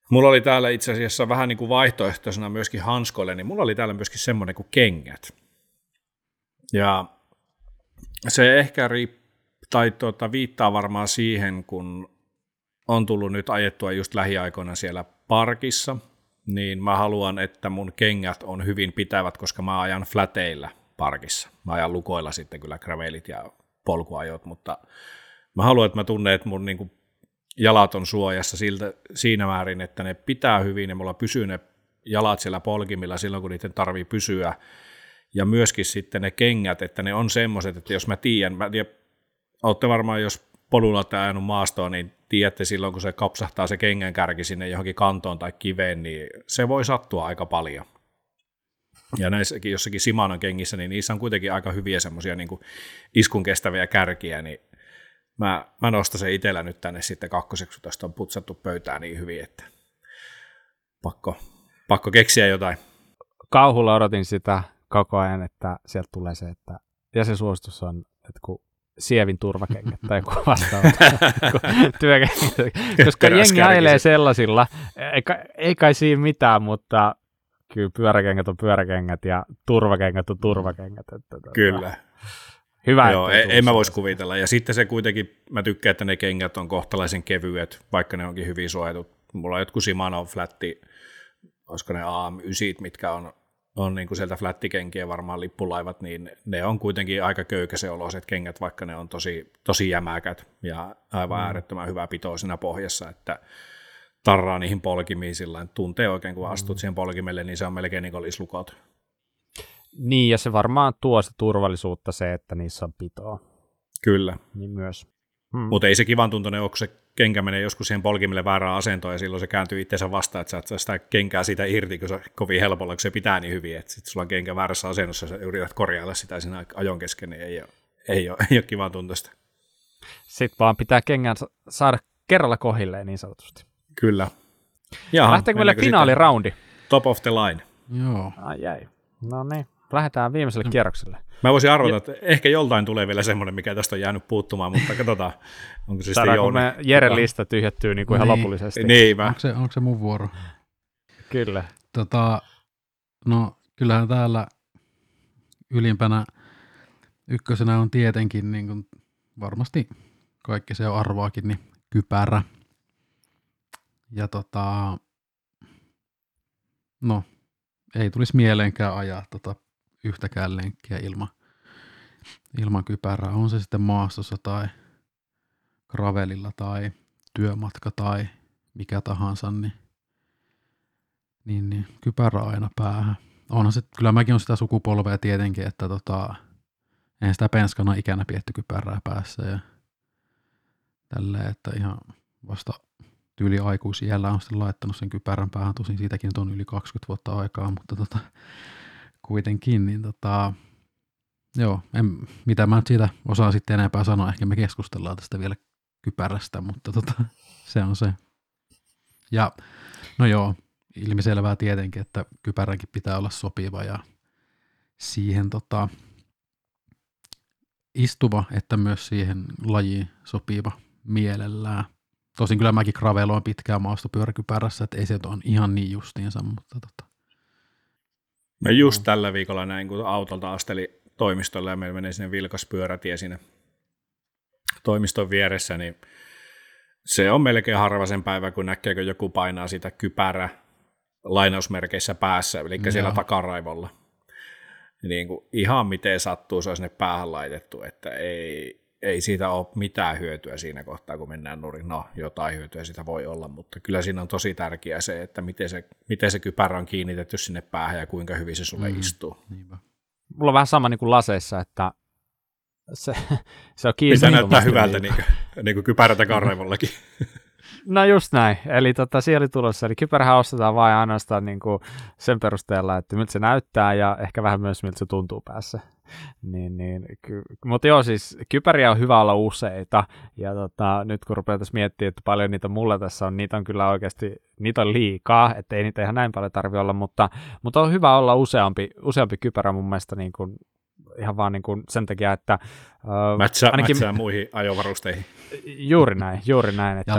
Mulla oli täällä itse asiassa vähän niin kuin vaihtoehtoisena myöskin hanskoille, niin mulla oli täällä myöskin semmoinen kuin kengät. Ja se ehkä viittaa varmaan siihen, kun on tullut nyt ajettua just lähiaikoina siellä parkissa, niin mä haluan, että mun kengät on hyvin pitävät, koska mä ajan fläteillä parkissa. Mä ajan lukoilla sitten kyllä gravelit ja polkuajot, mutta mä haluan, että mä tunnen, että mun niinku jalat on suojassa siinä määrin, että ne pitää hyvin ja mulla pysyy ne jalat siellä polkimilla silloin, kun niiden tarvii pysyä. Ja myöskin sitten ne kengät, että ne on semmoiset, että jos mä tiedän, olette varmaan, jos polulla olette ajanut maastoon, niin tiedätte silloin, kun se kapsahtaa se kengän kärki sinne johonkin kantoon tai kiveen, niin se voi sattua aika paljon. Ja näissäkin jossakin Shimanon kengissä, niin niissä on kuitenkin aika hyviä semmoisia niin kuin iskun kestäviä kärkiä, niin mä nostan sen itsellä nyt tänne sitten kakkoseksi, kun tästä on putsattu pöytää niin hyvin, että pakko keksiä jotain. Kauhulla odotin sitä koko ajan, että sieltä tulee se, että ja se suositus on, että kun sievin turvakengät tai joku vastaava työkengät, koska jengi ajelee sellaisilla, ei kai siinä mitään, mutta kyllä pyöräkengät on pyöräkengät ja turvakengät on turvakengät. Kyllä. Hyvä. Joo, ei mä vois kuvitella. Ja sitten se kuitenkin, mä tykkään, että ne kengät on kohtalaisen kevyet, vaikka ne onkin hyvin suojatut. Mulla on jotkut Shimano flatti, olisiko ne AM9, mitkä on niin kuin sieltä flättikenkien varmaan lippulaivat, niin ne on kuitenkin aika köykäisen oloiset kengät, vaikka ne on tosi jämäkät ja aivan äärettömän hyvä pito siinä pohjassa, että tarraa niihin polkimiin sillä tuntee oikein, kun astut siihen polkimelle, niin se on melkein niin kuin olisi lukot. Niin, ja se varmaan tuo se turvallisuutta se, että niissä on pitoa. Kyllä. Niin myös. Mutta ei se kivan tuntunen ole, kun se kenkä menee joskus siihen polkimelle väärään asentoon, ja silloin se kääntyy itseensä vastaan, että sä et sitä kenkää siitä irti, kun se kovin helpolla, kun se pitää niin hyvin, että sitten sulla on kenkä väärässä asennossa, ja sä yrität korjailla sitä siinä ajon kesken, niin ei ole kivan tuntuista. Sitten vaan pitää kengän saada kerralla kohilleen niin sanotusti. Kyllä. Lähteekö meille finaaliraundi? Top of the line. Joo. Ai jäi. No niin, lähdetään viimeiselle kierrokselle. Mä voisin arvata, että ehkä joltain tulee vielä semmoinen, mikä tästä on jäänyt puuttumaan, mutta katsotaan, onko se sitten Joona. Kun Jeren lista tyhjättyy niin kuin ihan lopullisesti. Niin, onko se mun vuoro? Kyllä. No, kyllähän täällä ylimpänä ykkösenä on tietenkin, niin kuin varmasti kaikki se on arvoakin, niin kypärä. Ja no, ei tulisi mieleenkään ajaa yhtäkään lenkkiä ilman kypärää. On se sitten maastossa tai gravelilla tai työmatka tai mikä tahansa, niin kypärä aina päähän. Onhan se, kyllä mäkin on sitä sukupolvea tietenkin, että en sitä penskana ikänä pietty kypärää päässä ja tälleen, että ihan vasta tyyli aikuisiällä on sitten laittanut sen kypärän päähän, tosin siitäkin nyt on yli 20 vuotta aikaa, mutta kuitenkin, niin joo, mitä mä nyt siitä osaan sitten enempää sanoa, ehkä me keskustellaan tästä vielä kypärästä, mutta se on se. Ja no joo, ilmiselvää tietenkin, että kypäränkin pitää olla sopiva ja siihen istuva, että myös siihen lajiin sopiva mielellään. Tosin kyllä mäkin graveloin pitkään maastopyöräkypärässä, että ei se ole ihan niin justiinsa, mutta Mä just tällä viikolla näin, kun autolta asteli toimistolle ja meillä menee sinne vilkas pyörätie siinä toimiston vieressä, niin se on melkein harva sen päivä, kun näkeekö joku painaa sitä kypärä lainausmerkeissä päässä, eli siellä takaraivolla. Niin kuin ihan miten sattuu, se on sinne päähän laitettu, että ei siitä ole mitään hyötyä siinä kohtaa, kun mennään nurin. No, jotain hyötyä siitä voi olla, mutta kyllä siinä on tosi tärkeää se, että miten se kypärä on kiinnitetty sinne päähän ja kuinka hyvin se sulle istuu. Niinpä. Mulla on vähän sama niin kuin laseissa, että se on kiinni. Mitä näyttää hyvältä niin kuin kypärä takaraivollakin. No just näin. Eli siellä oli tulossa. Eli kypärähän ostetaan vain ainoastaan niin kuin sen perusteella, että miltä se näyttää ja ehkä vähän myös miltä se tuntuu päässä. Mutta joo, siis kypäriä on hyvä olla useita. Ja nyt kun rupeaa tässä miettimään, että paljon niitä mulla tässä on, niitä on kyllä oikeasti, niitä on liikaa, että ei niitä ihan näin paljon tarvitse olla, mutta on hyvä olla useampi kypärä mun mielestä niin kuin ihan vaan niin kuin sen takia, että Mätsää muihin ajovarusteihin. Juuri näin, että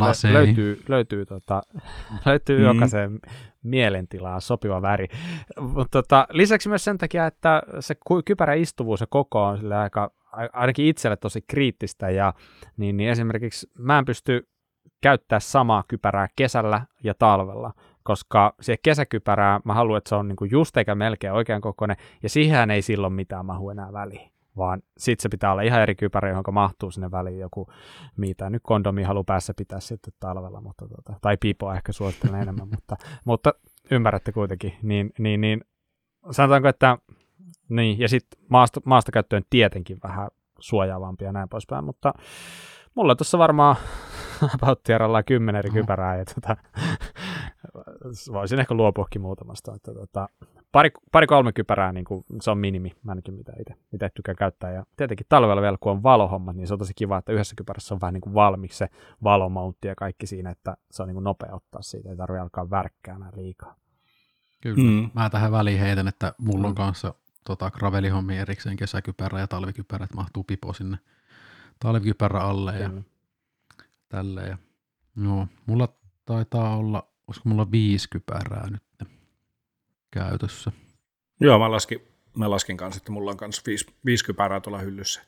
löytyy jokaisen mielentilaa sopiva väri. Mutta lisäksi myös sen takia, että se kypärän istuvuus ja koko on sille ainakin itselle tosi kriittistä, ja niin esimerkiksi mä en pysty käyttämään samaa kypärää kesällä ja talvella, koska se kesäkypärää mä haluan, että se on niinku just eikä melkein oikean kokoinen, ja siihen ei silloin mitään mahu enää väliin, vaan sitten se pitää olla ihan eri kypärä, johon mahtuu sinne väliin joku, mitä nyt kondomi haluaa päässä pitää sitten talvella, mutta tai piipoa ehkä suosittelen enemmän, mutta ymmärrätte kuitenkin, niin sanotaanko, että niin, ja sitten maastokäyttöön tietenkin vähän suojaavampi ja näin poispäin, mutta mulla tuossa varmaan about 10 eri kypärää, ja voisin ehkä luopuakin muutamasta. Pari-kolme kypärää, niin kuin, se on minimi, ainakin mitä itse tykkään käyttää. Ja tietenkin talvella vielä, kun on valohommat, niin se on tosi kiva, että yhdessä kypärässä on vähän niin kuin valmiiksi se valomountti ja kaikki siinä, että se on niin kuin nopea ottaa siitä, ei tarvitse alkaa värkkäämään liikaa. Kyllä, mä tähän väliin heitän, että mulla on kanssa gravelihommi erikseen kesäkypärä ja talvikypärä, että mahtuu pipo sinne talvikypärä alle ja tälleen. No, mulla taitaa olla, olisiko mulla 5 kypärää nyt käytössä. Joo, mä laskin kanssa, että mulla on kanssa 5 kypärää tuolla hyllyssä.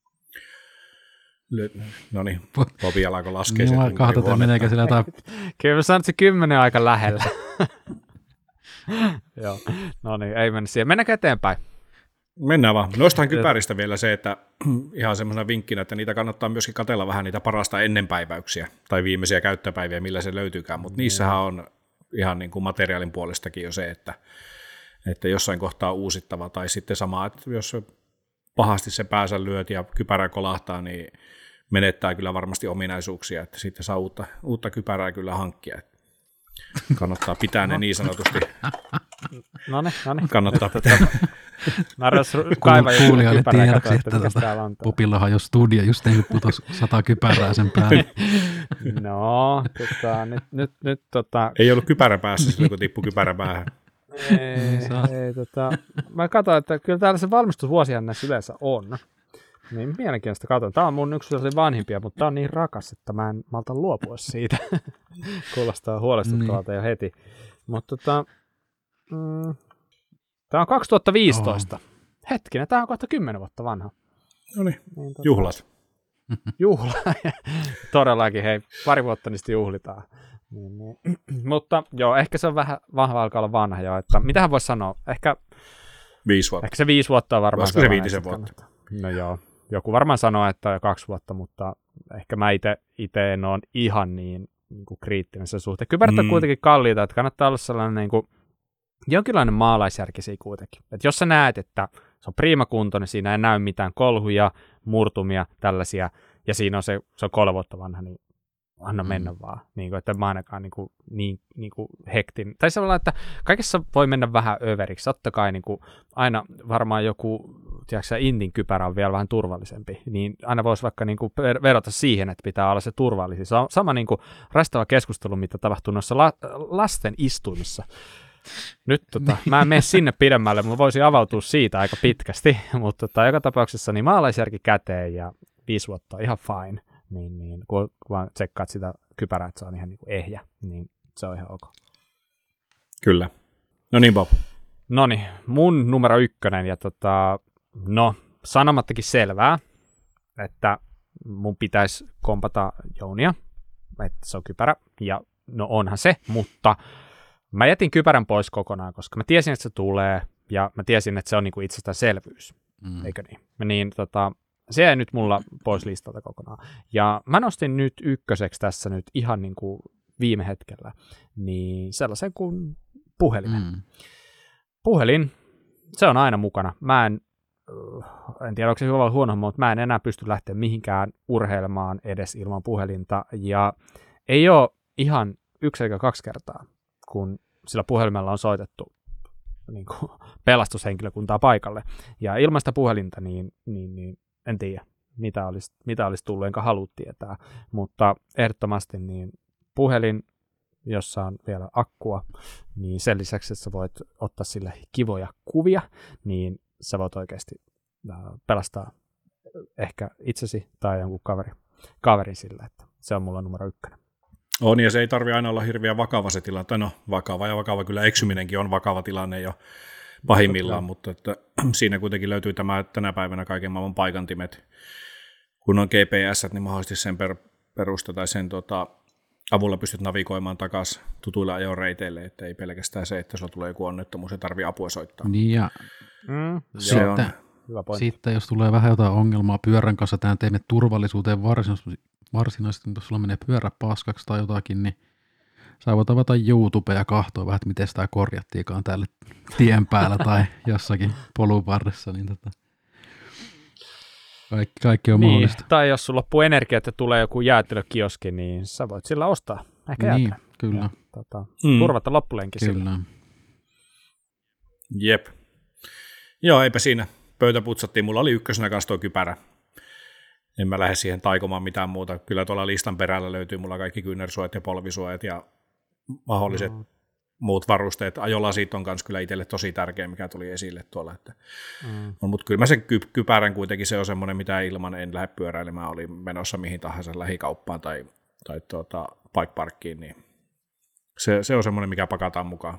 No niin, Bobi alkoi laskea sen. Mä katsotaan, meneekö sillä jotain. Kyllä mä sanon, että se 10 aika lähellä. Joo, no niin, ei mennä siihen. Mennäänkö eteenpäin? Mennään vaan. Noistaan kypäristä vielä se, että ihan semmoisena vinkkinä, että niitä kannattaa myöskin katsella vähän niitä parasta ennenpäiväyksiä tai viimeisiä käyttöpäiviä, millä se löytyykään, mutta niissähän on ihan niin kuin materiaalin puolestakin jo se, että jossain kohtaa uusittava tai sitten sama, että jos pahasti se päänsä lyöt ja kypärä kolahtaa, niin menettää kyllä varmasti ominaisuuksia, että sitten saa uutta kypärää kyllä hankkia. Kannattaa pitää ne niin sanotusti. No niin. Kannattaa pitää. Kuulijoille tiedoksi, että Popilla hajosi studio, just ei putosi 100 kypärää sen päälle. No, nyt Ei ollut kypärä päässä silloin, kun tippui kypärä päähän. Mä katsoin, että kyllä täällä se valmistusvuosihan näissä yleensä on. Niin mielenkiintoista katsoa. Tämä on mun yksi vanhimpia, mutta tämä on niin rakas, että mä en malta luopua siitä. Kuulostaa huolestuttavalta jo heti. Mutta tämä on 2015. Hetkinen, tämä on kohta 10 vuotta vanha. No niin, juhlat. Juhla. Todellakin, hei, pari vuotta niistä juhlitaan. Mutta joo, ehkä se on vähän vahva alkaa olla vanha jo. Että, mitähän voisi sanoa? Ehkä 5 vuotta. Ehkä se 5 vuotta on varmaan. Voisiko se 5 vuotta? No joo. Joku varmaan sanoo, että 2 vuotta, mutta ehkä mä itse en ole ihan niin kuin kriittinen sen suhteen. Kypärät on kuitenkin kalliita, että kannattaa olla sellainen niin kuin, jonkinlainen maalaisjärkisiä kuitenkin. Että jos sä näet, että se on priimakuntoinen, siinä ei näy mitään kolhuja, murtumia, tällaisia, ja siinä on se on 3 vuotta vanha, niin anna mennä vaan. Niin kuin, että mä ainakaan niin kuin hektin. Tai sellainen, että kaikessa voi mennä vähän överiksi. Totta kai niin kuin, aina varmaan joku Intin kypärä on vielä vähän turvallisempi. Niin aina voisi vaikka niin kuin verrata siihen, että pitää olla se turvallisin. Se on sama niin kuin rastava keskustelu, mitä tapahtuu noissa lasten istuimissa. Nyt mä en mene sinne pidemmälle, mulla voisi avautua siitä aika pitkästi, mutta joka tapauksessa niin maalaisjärki käteen ja 5 vuotta on ihan fine. Niin, kun vaan tsekkaat sitä kypärää, että se on ihan niin kuin ehjä, niin se on ihan ok. Kyllä. No niin, Bob. Noniin, mun numero 1, ja sanomattakin selvää, että mun pitäisi kompata Jounia, että se on kypärä, ja no onhan se, mutta mä jätin kypärän pois kokonaan, koska mä tiesin, että se tulee, ja mä tiesin, että se on niin kuin itsestäänselvyys, eikö niin? Niin se jäi nyt mulla pois listalta kokonaan. Ja mä nostin nyt 1 tässä nyt ihan niin kuin viime hetkellä, niin sellaisen kuin puhelimen. Puhelin, se on aina mukana. Mä en tiedä, onko se hyvä vai huono, mutta mä en enää pysty lähteä mihinkään urheilemaan edes ilman puhelinta. Ja ei ole ihan 1 eikä 2 kertaa, kun sillä puhelimella on soitettu niin kuin pelastushenkilökuntaa paikalle. Ja ilman sitä puhelinta, niin en tiedä, mitä olisi tullut, enkä halua tietää, mutta ehdottomasti niin puhelin, jossa on vielä akkua, niin sen lisäksi, että sä voit ottaa sille kivoja kuvia, niin sä voit oikeasti pelastaa ehkä itsesi tai jonkun kaverin sillä, että se on mulla numero 1. On, ja se ei tarvitse aina olla hirveän vakava se tilanne. No, vakava kyllä eksyminenkin on vakava tilanne jo pahimmillaan, mutta että siinä kuitenkin löytyy tänä päivänä kaiken maailman paikantimet. Kun on GPS, niin mahdollisesti sen perusta tai sen avulla pystyt navigoimaan takaisin tutuilla ajoreiteille, että ei pelkästään se, että sulla tulee joku onnettomuus ja tarvii apua soittaa. Niin ja sitten jos tulee vähän jotain ongelmaa pyörän kanssa, tämän teemme turvallisuuteen varsinaisesti, jos sulla menee pyörä paskaksi tai jotakin, niin sä voit avata YouTube ja katsoa vähän, että miten sitä korjattiinkaan täällä tien päällä tai jossakin polun varressa, niin kaikki on mahdollista. Tai jos sulla loppuu energia, että tulee joku jäätelökioski, niin sä voit sillä ostaa ehkä niin, kyllä. Turvata loppulenkin kyllä. sillä. Jep. Joo, eipä siinä. Pöytä putsattiin. Mulla oli ykkösenä kanssa tuo kypärä. En mä lähde siihen taikomaan mitään muuta. Kyllä tuolla listan perällä löytyy mulla kaikki kyynärsuojat ja polvisuojat ja mahdolliset muut varusteet. Ajolasit on kanssa kyllä itselle tosi tärkeä, mikä tuli esille tuolla. No, mutta kyllä mä sen kypärän kuitenkin, se on semmoinen, mitä ilman en lähde pyöräilemään. Oli menossa mihin tahansa lähikauppaan tai bike parkkiin, niin se on semmoinen, mikä pakataan mukaan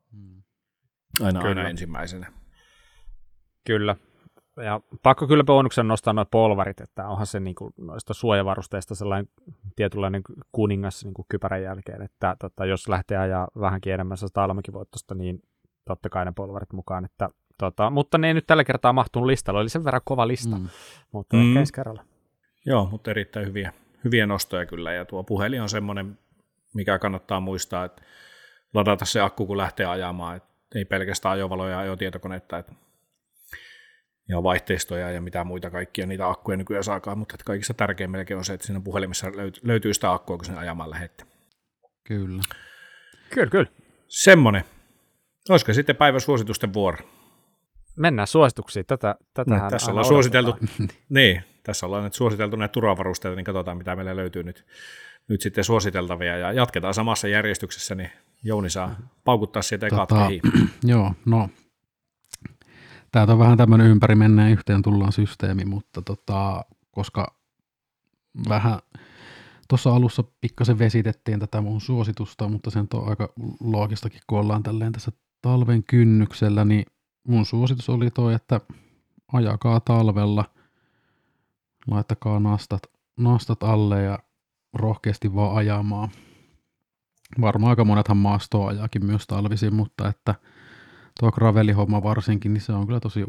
aina ensimmäisenä. Kyllä. Ja pakko kyllä bonuksen nostaa nuo polvarit, että onhan se niinku noista suojavarusteista sellainen tietynlainen kuningas niinku kypärän jälkeen, että jos lähtee ajaa vähänkin enemmän talmakivoittosta, niin totta kai ne polvarit mukaan. Että, mutta ne ei nyt tällä kertaa mahtunut listalle, oli sen verran kova lista, mutta ehkä ensi kerralla. Joo, mutta erittäin hyviä nostoja kyllä, ja tuo puhelin on semmoinen, mikä kannattaa muistaa, että ladata se akku, kun lähtee ajamaan, että ei pelkästään ajovaloja ja ajotietokonetta, ja vaihteistoja ja mitä muita kaikkia niitä akkuja nykyään saakaan, mutta kaikista tärkein melkein on se, että siinä puhelimessa löytyy sitä akkua, kun sen ajamaan lähdette. Kyllä. Kyllä. Semmoinen. Olisiko sitten päivän suositusten vuoro? Mennään suosituksiin. Tätähän tässä ollaan suositeltu. Niin, tässä ollaan nyt suositeltu näitä turvavarusteita, niin katsotaan mitä meillä löytyy nyt sitten suositeltavia, ja jatketaan samassa järjestyksessä, niin Jouni saa paukuttaa sieltä ekat kehiin. Joo, no. Tämä on vähän tämmöinen ympäri menneen yhteen tullaan systeemi, mutta koska vähän tuossa alussa pikkasen vesitettiin tätä mun suositusta, mutta sen on aika loogistakin, kun ollaan tälleen tässä talven kynnyksellä, niin mun suositus oli toi, että ajakaa talvella, laittakaa nastat alle ja rohkeasti vaan ajamaan. Varmaan aika monethan maastoa ajaakin myös talvisin, mutta että tuo gravelihomma varsinkin, niin se on kyllä tosi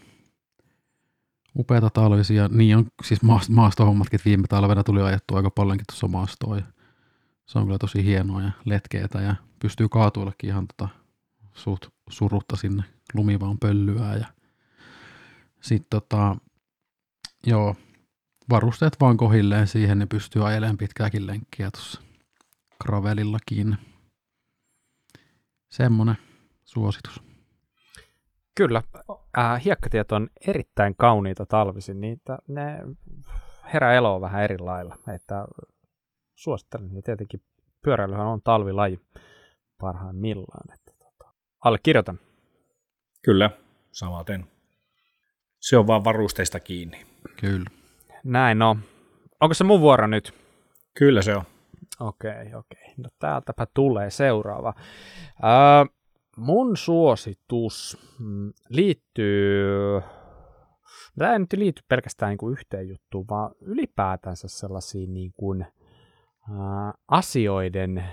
upeata talvisia. Niin on siis maastohommatkin, että viime talvena tuli ajettua aika paljonkin tuossa maastoon. Ja se on kyllä tosi hienoa ja letkeetä ja pystyy kaatuillekin ihan suht surutta sinne. Lumi vaan pöllyää ja sitten joo, varusteet vaan kohilleen siihen, niin pystyy ajelemaan pitkääkin lenkkiä tuossa gravelillakin. Semmoinen suositus. Kyllä, hiekkatiet on erittäin kauniita talvisin, niitä ne herää eloa vähän eri lailla, että suosittelen, ja tietenkin pyöräilyhän on talvilaji parhaimmillaan, että allekirjoitan. Kyllä, samaten. Se on vaan varusteista kiinni. Kyllä. Näin, no. Onko se mun vuoro nyt? Kyllä se on. Okei. No täältäpä tulee seuraava. Mun suositus liittyy, tämä ei nyt liity pelkästään niin kuin yhteen juttuun, vaan ylipäätänsä sellaisiin niin kuin, asioiden,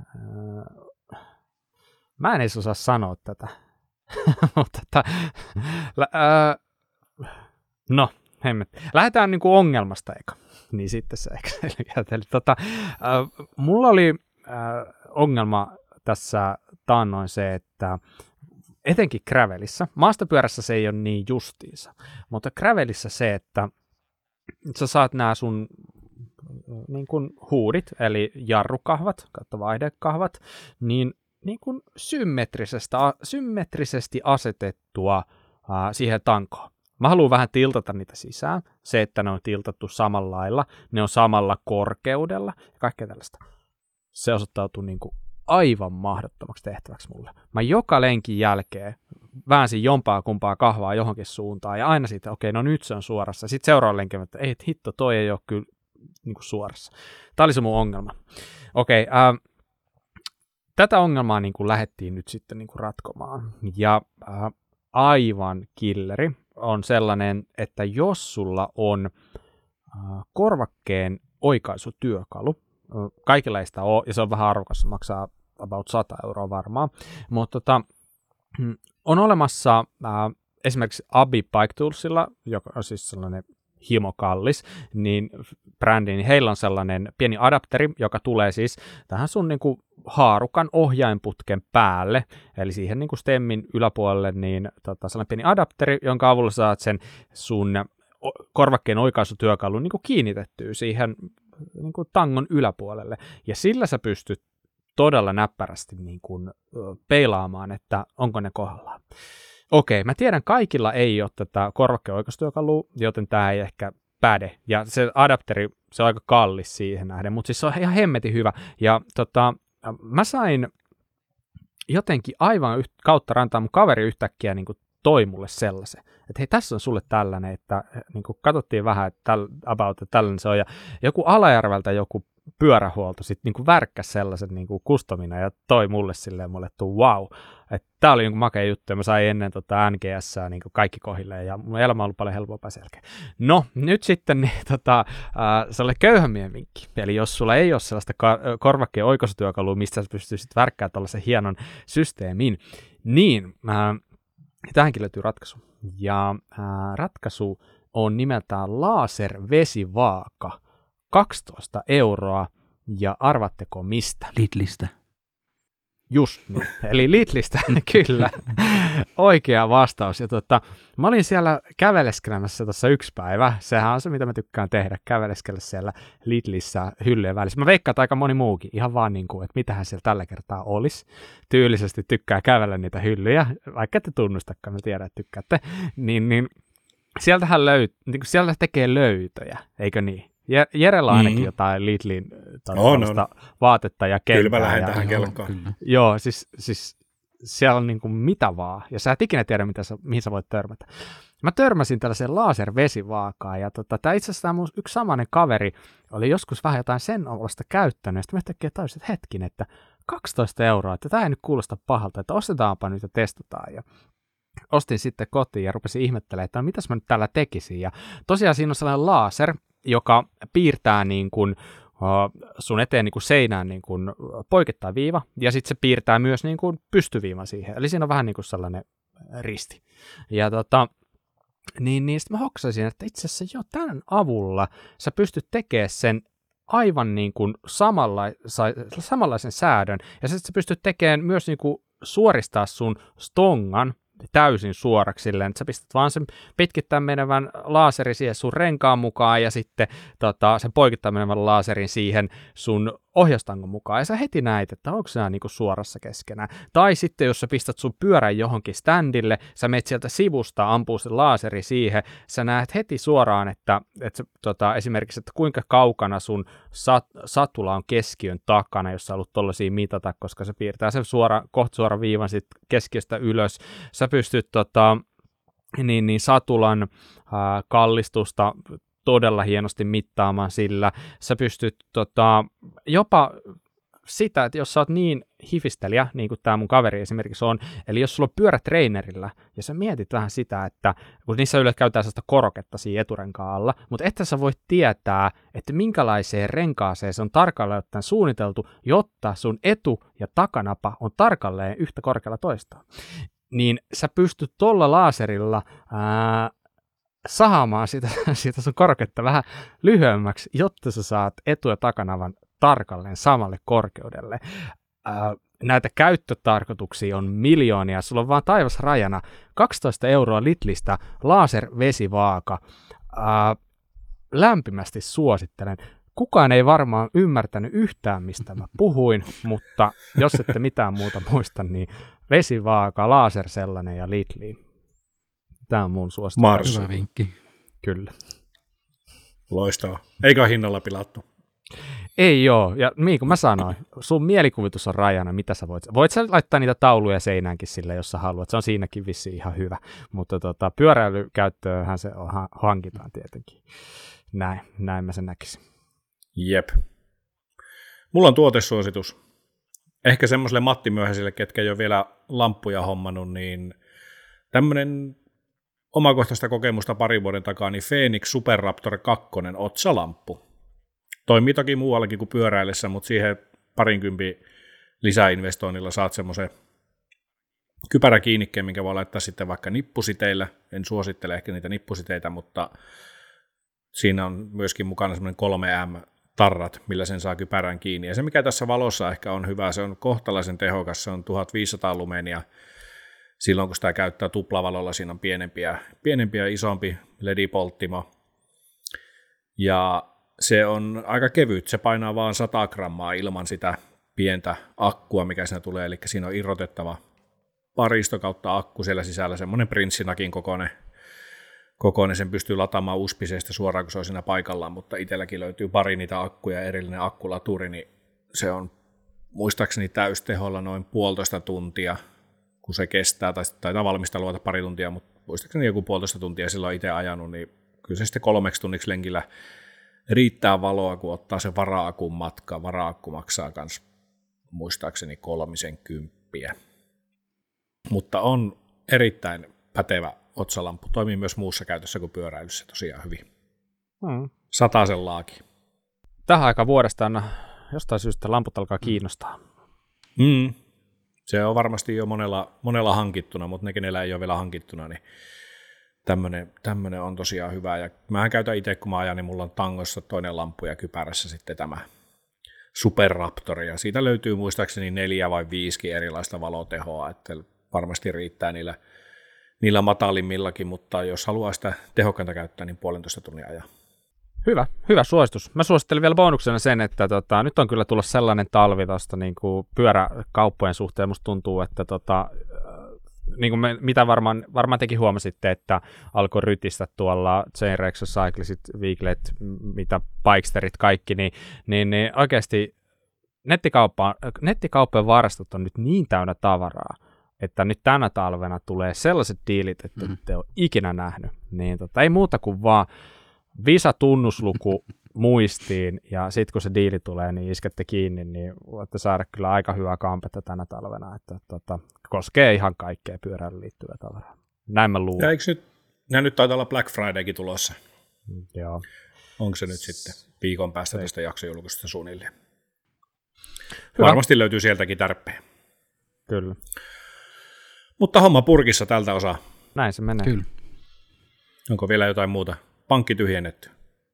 mä en edes osaa sanoa tätä, mutta no, lähdetään niin kuin ongelmasta eka, niin sitten se mulla oli ongelma tässä taannoin se, että etenkin gravelissä, maastopyörässä se ei ole niin justiinsa, mutta gravelissä se, että sä saat nämä sun niin kuin huudit, eli jarrukahvat, vaihdekahvat, niin kuin symmetrisesti asetettua siihen tankoon. Mä haluan vähän tiltata niitä sisään, se, että ne on tiltattu samalla lailla, ne on samalla korkeudella ja kaikkea tällaista. Se osoittautuu niin kuin aivan mahdottomaksi tehtäväksi mulle. Mä joka lenkin jälkeen väänsin jompaa kumpaa kahvaa johonkin suuntaan, ja aina siitä, okei, no nyt se on suorassa. Sitten seuraava lenkin, että ei hitto, toi ei ole kyllä niin kuin suorassa. Tämä oli se mun ongelma. Okei, tätä ongelmaa niin kuin lähdettiin nyt sitten niin kuin ratkomaan, ja aivan killeri on sellainen, että jos sulla on korvakkeen oikaisutyökalu, kaikilla ei sitä ole, ja se on vähän arvokas, se maksaa about 100 € varmaan, mutta on olemassa esimerkiksi Abi Bike Toolsilla, joka on siis sellainen himokallis, niin brändi, niin heillä on sellainen pieni adapteri, joka tulee siis tähän sun niin kuin haarukan ohjainputken päälle, eli siihen niin kuin stemmin yläpuolelle, niin sellainen pieni adapteri, jonka avulla saat sen sun korvakkeen oikaisutyökalun niin kuin kiinnitettyä siihen niin kuin tangon yläpuolelle, ja sillä sä pystyt todella näppärästi niin kuin peilaamaan, että onko ne kohdallaan. Okei, mä tiedän, kaikilla ei ole tätä korvakkeen oikaisutyökalua, joten tämä ei ehkä päde, ja se adapteri, se on aika kallis siihen nähden, mutta siis se on ihan hemmetin hyvä, ja mä sain jotenkin aivan kautta rantaa, mun kaveri yhtäkkiä niin kuin toi mulle sellaisen, että hei, tässä on sulle tällainen, että niin kuin katsottiin vähän, että tällainen se on, ja joku Alajärveltä joku pyörähuolto sitten niin kuin värkkäsi sellaisen niin kuin customina ja toi mulle silleen, mulle tuli wow, että tää oli niin makea juttu, ja mä sain ennen NGS:ää niin kuin kaikki kohilleen, ja mun elämä on ollut paljon helpompaa selkeä. No, nyt sitten niin, sellainen köyhämien vinkki, eli jos sulla ei ole sellaista korvakkeen oikaisutyökalua, mistä sä pystyisit värkkää tällaisen hienon systeemin, niin tähänkin löytyy ratkaisu. Ja ratkaisu on nimeltään laservesivaaka. 12 € ja arvatteko mistä? Lidlistä. Just niin, eli Lidlistä, kyllä, oikea vastaus. Ja mä olin siellä käveleskelemässä tuossa yksi päivä, sehän on se, mitä mä tykkään tehdä, käveleskellä siellä Lidlissä hyllyjen välissä. Mä veikkaan, että aika moni muukin, ihan vaan niin kuin, että mitähän siellä tällä kertaa olisi. Tyylisesti tykkää kävellä niitä hyllyjä, vaikka ette tunnustakaan, mä tiedän, että tykkäätte, niin sieltähän sieltä tekee löytöjä, eikö niin? Jerellä on ainakin jotain Lidlin vaatetta ja kenttää. Kyllä mä lähden tähän kelkkaan. Joo, siis siellä on niin kuin mitä vaan, ja sä et ikinä tiedä, mihin sä voit törmätä. Mä törmäsin tällaiseen laservesivaakaan, ja tämä itse asiassa mun yksi samainen kaveri oli joskus vähän jotain sen omasta käyttänyt, ja sitten mä yhtäkkiä tajusin, että hetkin, että 12 €, että tämä ei nyt kuulosta pahalta, että ostetaanpa nyt ja testataan, ja ostin sitten kotiin ja rupesin ihmettelemään, että no, mitäs mä nyt tällä tekisin, ja tosiaan siinä on sellainen laser, joka piirtää niin kuin sun eteen niin kuin seinään niin kuin poikittain viiva, ja sitten se piirtää myös niin kuin pystyviivan siihen, eli siinä on vähän niin kuin sellainen risti. Ja niin sitten mä hoksasin, että itse asiassa jo tämän avulla sä pystyt tekemään sen aivan niin kuin samanlaisen säädön, ja sitten sä pystyt tekemään myös niin kuin suoristaa sun stongan täysin suoraksi silleen, että sä pistät vaan sen pitkittäin menevän laserin siihen sun renkaan mukaan ja sitten sen poikittain menevän laserin siihen sun ohjaustangon mukaan, ja sä heti näet, että onko se niinku suorassa keskenään. Tai sitten, jos sä pistät sun pyörän johonkin standille, sä menet sieltä sivusta, ampuu se laseri siihen, sä näet heti suoraan, että esimerkiksi, että kuinka kaukana sun satula on keskiön takana, jos sä haluat tollaisia mitata, koska se piirtää sen kohta suoran viivan sit keskiöstä ylös. Sä pystyt satulan kallistusta todella hienosti mittaamaan sillä. Sä pystyt jopa sitä, että jos sä oot niin hifistelijä, niin kuin tämä mun kaveri esimerkiksi on, eli jos sulla on pyörätreenerillä, ja sä mietit vähän sitä, että kun niissä yleensä käytetään sellaista koroketta siinä eturenkaan alla, mutta että sä voit tietää, että minkälaiseen renkaaseen se on tarkalleen ottaen suunniteltu, jotta sun etu- ja takanapa on tarkalleen yhtä korkealla toistaan. Niin sä pystyt tuolla laserilla sahaamaan siitä sun korkeutta vähän lyhyemmäksi, jotta sä saat etu- ja takanavan tarkalleen samalle korkeudelle. Näitä käyttötarkoituksia on miljoonia, sulla on vaan taivas rajana. 12 € Lidlistä laservesivaaka. Lämpimästi suosittelen. Kukaan ei varmaan ymmärtänyt yhtään, mistä mä puhuin, mutta jos ette mitään muuta muista, niin vesivaaka, laser sellainen ja Lidli. Tämä on mun suositus. Hyvä vinkki. Kyllä. Loistavaa. Eikä hinnalla pilattu. Ei oo, ja niin kuin mä sanoin, sun mielikuvitus on rajana, mitä sä voit. Voit sä laittaa niitä tauluja seinäänkin sille, jos sä haluat, se on siinäkin vissiin ihan hyvä, mutta pyöräilykäyttöönhän se hankitaan tietenkin. Näin mä sen näkisin. Jep. Mulla on tuotesuositus. Ehkä semmoiselle Matti Myöhäisille, ketkä ei ole vielä lamppuja hommannut, niin tämmöinen omakohtaista kokemusta parin vuoden takaa, niin Fenix Superraptor 2 otsalamppu. Toimii toki muuallakin kuin pyöräillessä, mutta siihen 20 lisäinvestoinnilla saat semmoisen kypäräkiinnikkeen, minkä voi laittaa sitten vaikka nippusiteillä. En suosittele ehkä niitä nippusiteitä, mutta siinä on myöskin mukana semmoinen 3M-tarrat, millä sen saa kypärän kiinni. Ja se, mikä tässä valossa ehkä on hyvä, se on kohtalaisen tehokas, se on 1500 lumenia. Silloin, kun sitä käyttää tuplavalolla, siinä on pienempi ja isompi LED-polttimo. Ja se on aika kevyt, se painaa vaan 100 grammaa ilman sitä pientä akkua, mikä siinä tulee, eli siinä on irrotettava paristo kautta akku siellä sisällä, semmoinen prinssinakin kokoinen, sen pystyy lataamaan USB-sestä suoraan, kun se on siinä paikallaan, mutta itselläkin löytyy pari niitä akkuja, erillinen akkulaturi, niin se on muistaakseni täysteholla noin 1,5 tuntia, kun se kestää, tai taitaa valmistelua pari tuntia, mutta muistaakseni joku 1,5 tuntia silloin itse ajanut, niin kyllä se sitten 3 tunniksi lenkillä riittää valoa, kun ottaa se vara-akun matka. Vara-akku maksaa myös muistaakseni 30. Mutta on erittäin pätevä otsalamppu. Toimii myös muussa käytössä kuin pyöräilyssä tosiaan hyvin. Satasen laaki. Tähän aikaan vuodesta jostain syystä lamput alkaa kiinnostaa. Se on varmasti jo monella hankittuna, mutta ne, kenellä ei ole vielä hankittuna, niin tämmöinen on tosiaan hyvä. Ja mähän käytän itse, kun mä ajan, niin mulla on tangossa toinen lamppu ja kypärässä sitten tämä Superraptor. Ja siitä löytyy muistaakseni 4 vai 5 erilaista valotehoa, että varmasti riittää niillä matalimmillakin, mutta jos haluaa sitä tehokkainta käyttää, niin 1,5 tunnin ajan. Hyvä suositus. Mä suosittelen vielä bonuksena sen, että nyt on kyllä tullut sellainen talvi tuosta niin kuin pyöräkauppojen suhteen. Musta tuntuu, että niin kuin mitä varmaan tekin huomasitte, että alkoi rytistä tuolla Chainreaction Cyclistit, Weeklet, mitä Bikesterit, kaikki, niin oikeasti nettikauppojen varastot on nyt niin täynnä tavaraa, että nyt tänä talvena tulee sellaiset diilit, että ette ole ikinä nähnyt. Niin ei muuta kuin vaan Visa-tunnusluku muistiin, ja sitten kun se diili tulee, niin iskette kiinni, niin voitte saada kyllä aika hyvää kampetta tänä talvena, että koskee ihan kaikkea pyöräilyyn liittyvää tavaraa. Näin mä luulen. Ja nyt taitaa olla Black Fridaykin tulossa. Joo. Onko se nyt sitten viikon päästä tästä jaksojulkaisusta suunnilleen? Hyvä. Varmasti löytyy sieltäkin tärppejä. Kyllä. Mutta homma purkissa tältä osaa. Näin se menee. Kyllä. Onko vielä jotain muuta? Pankki tyhjennetty.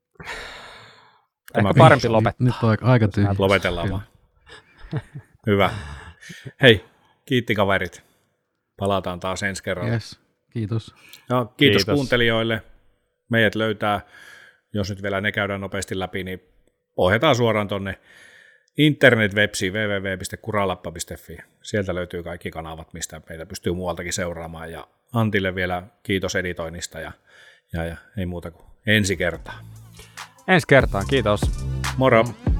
Ehkä parempi lopettaa. Nyt on aika tyhjä. Lopetellaan vaan. Hyvä. Hei, kiitti kaverit. Palataan taas ensi kerralla. Yes. Kiitos. No, kiitos kuuntelijoille. Meidät löytää, jos nyt vielä ne käydään nopeasti läpi, niin ohjataan suoraan tuonne internet-websiin www.kuralappa.fi. Sieltä löytyy kaikki kanavat, mistä meitä pystyy muualtakin seuraamaan. Ja Antille vielä kiitos editoinnista ja ei muuta kuin ensi kertaa. Ensi kertaan, kiitos. Moro!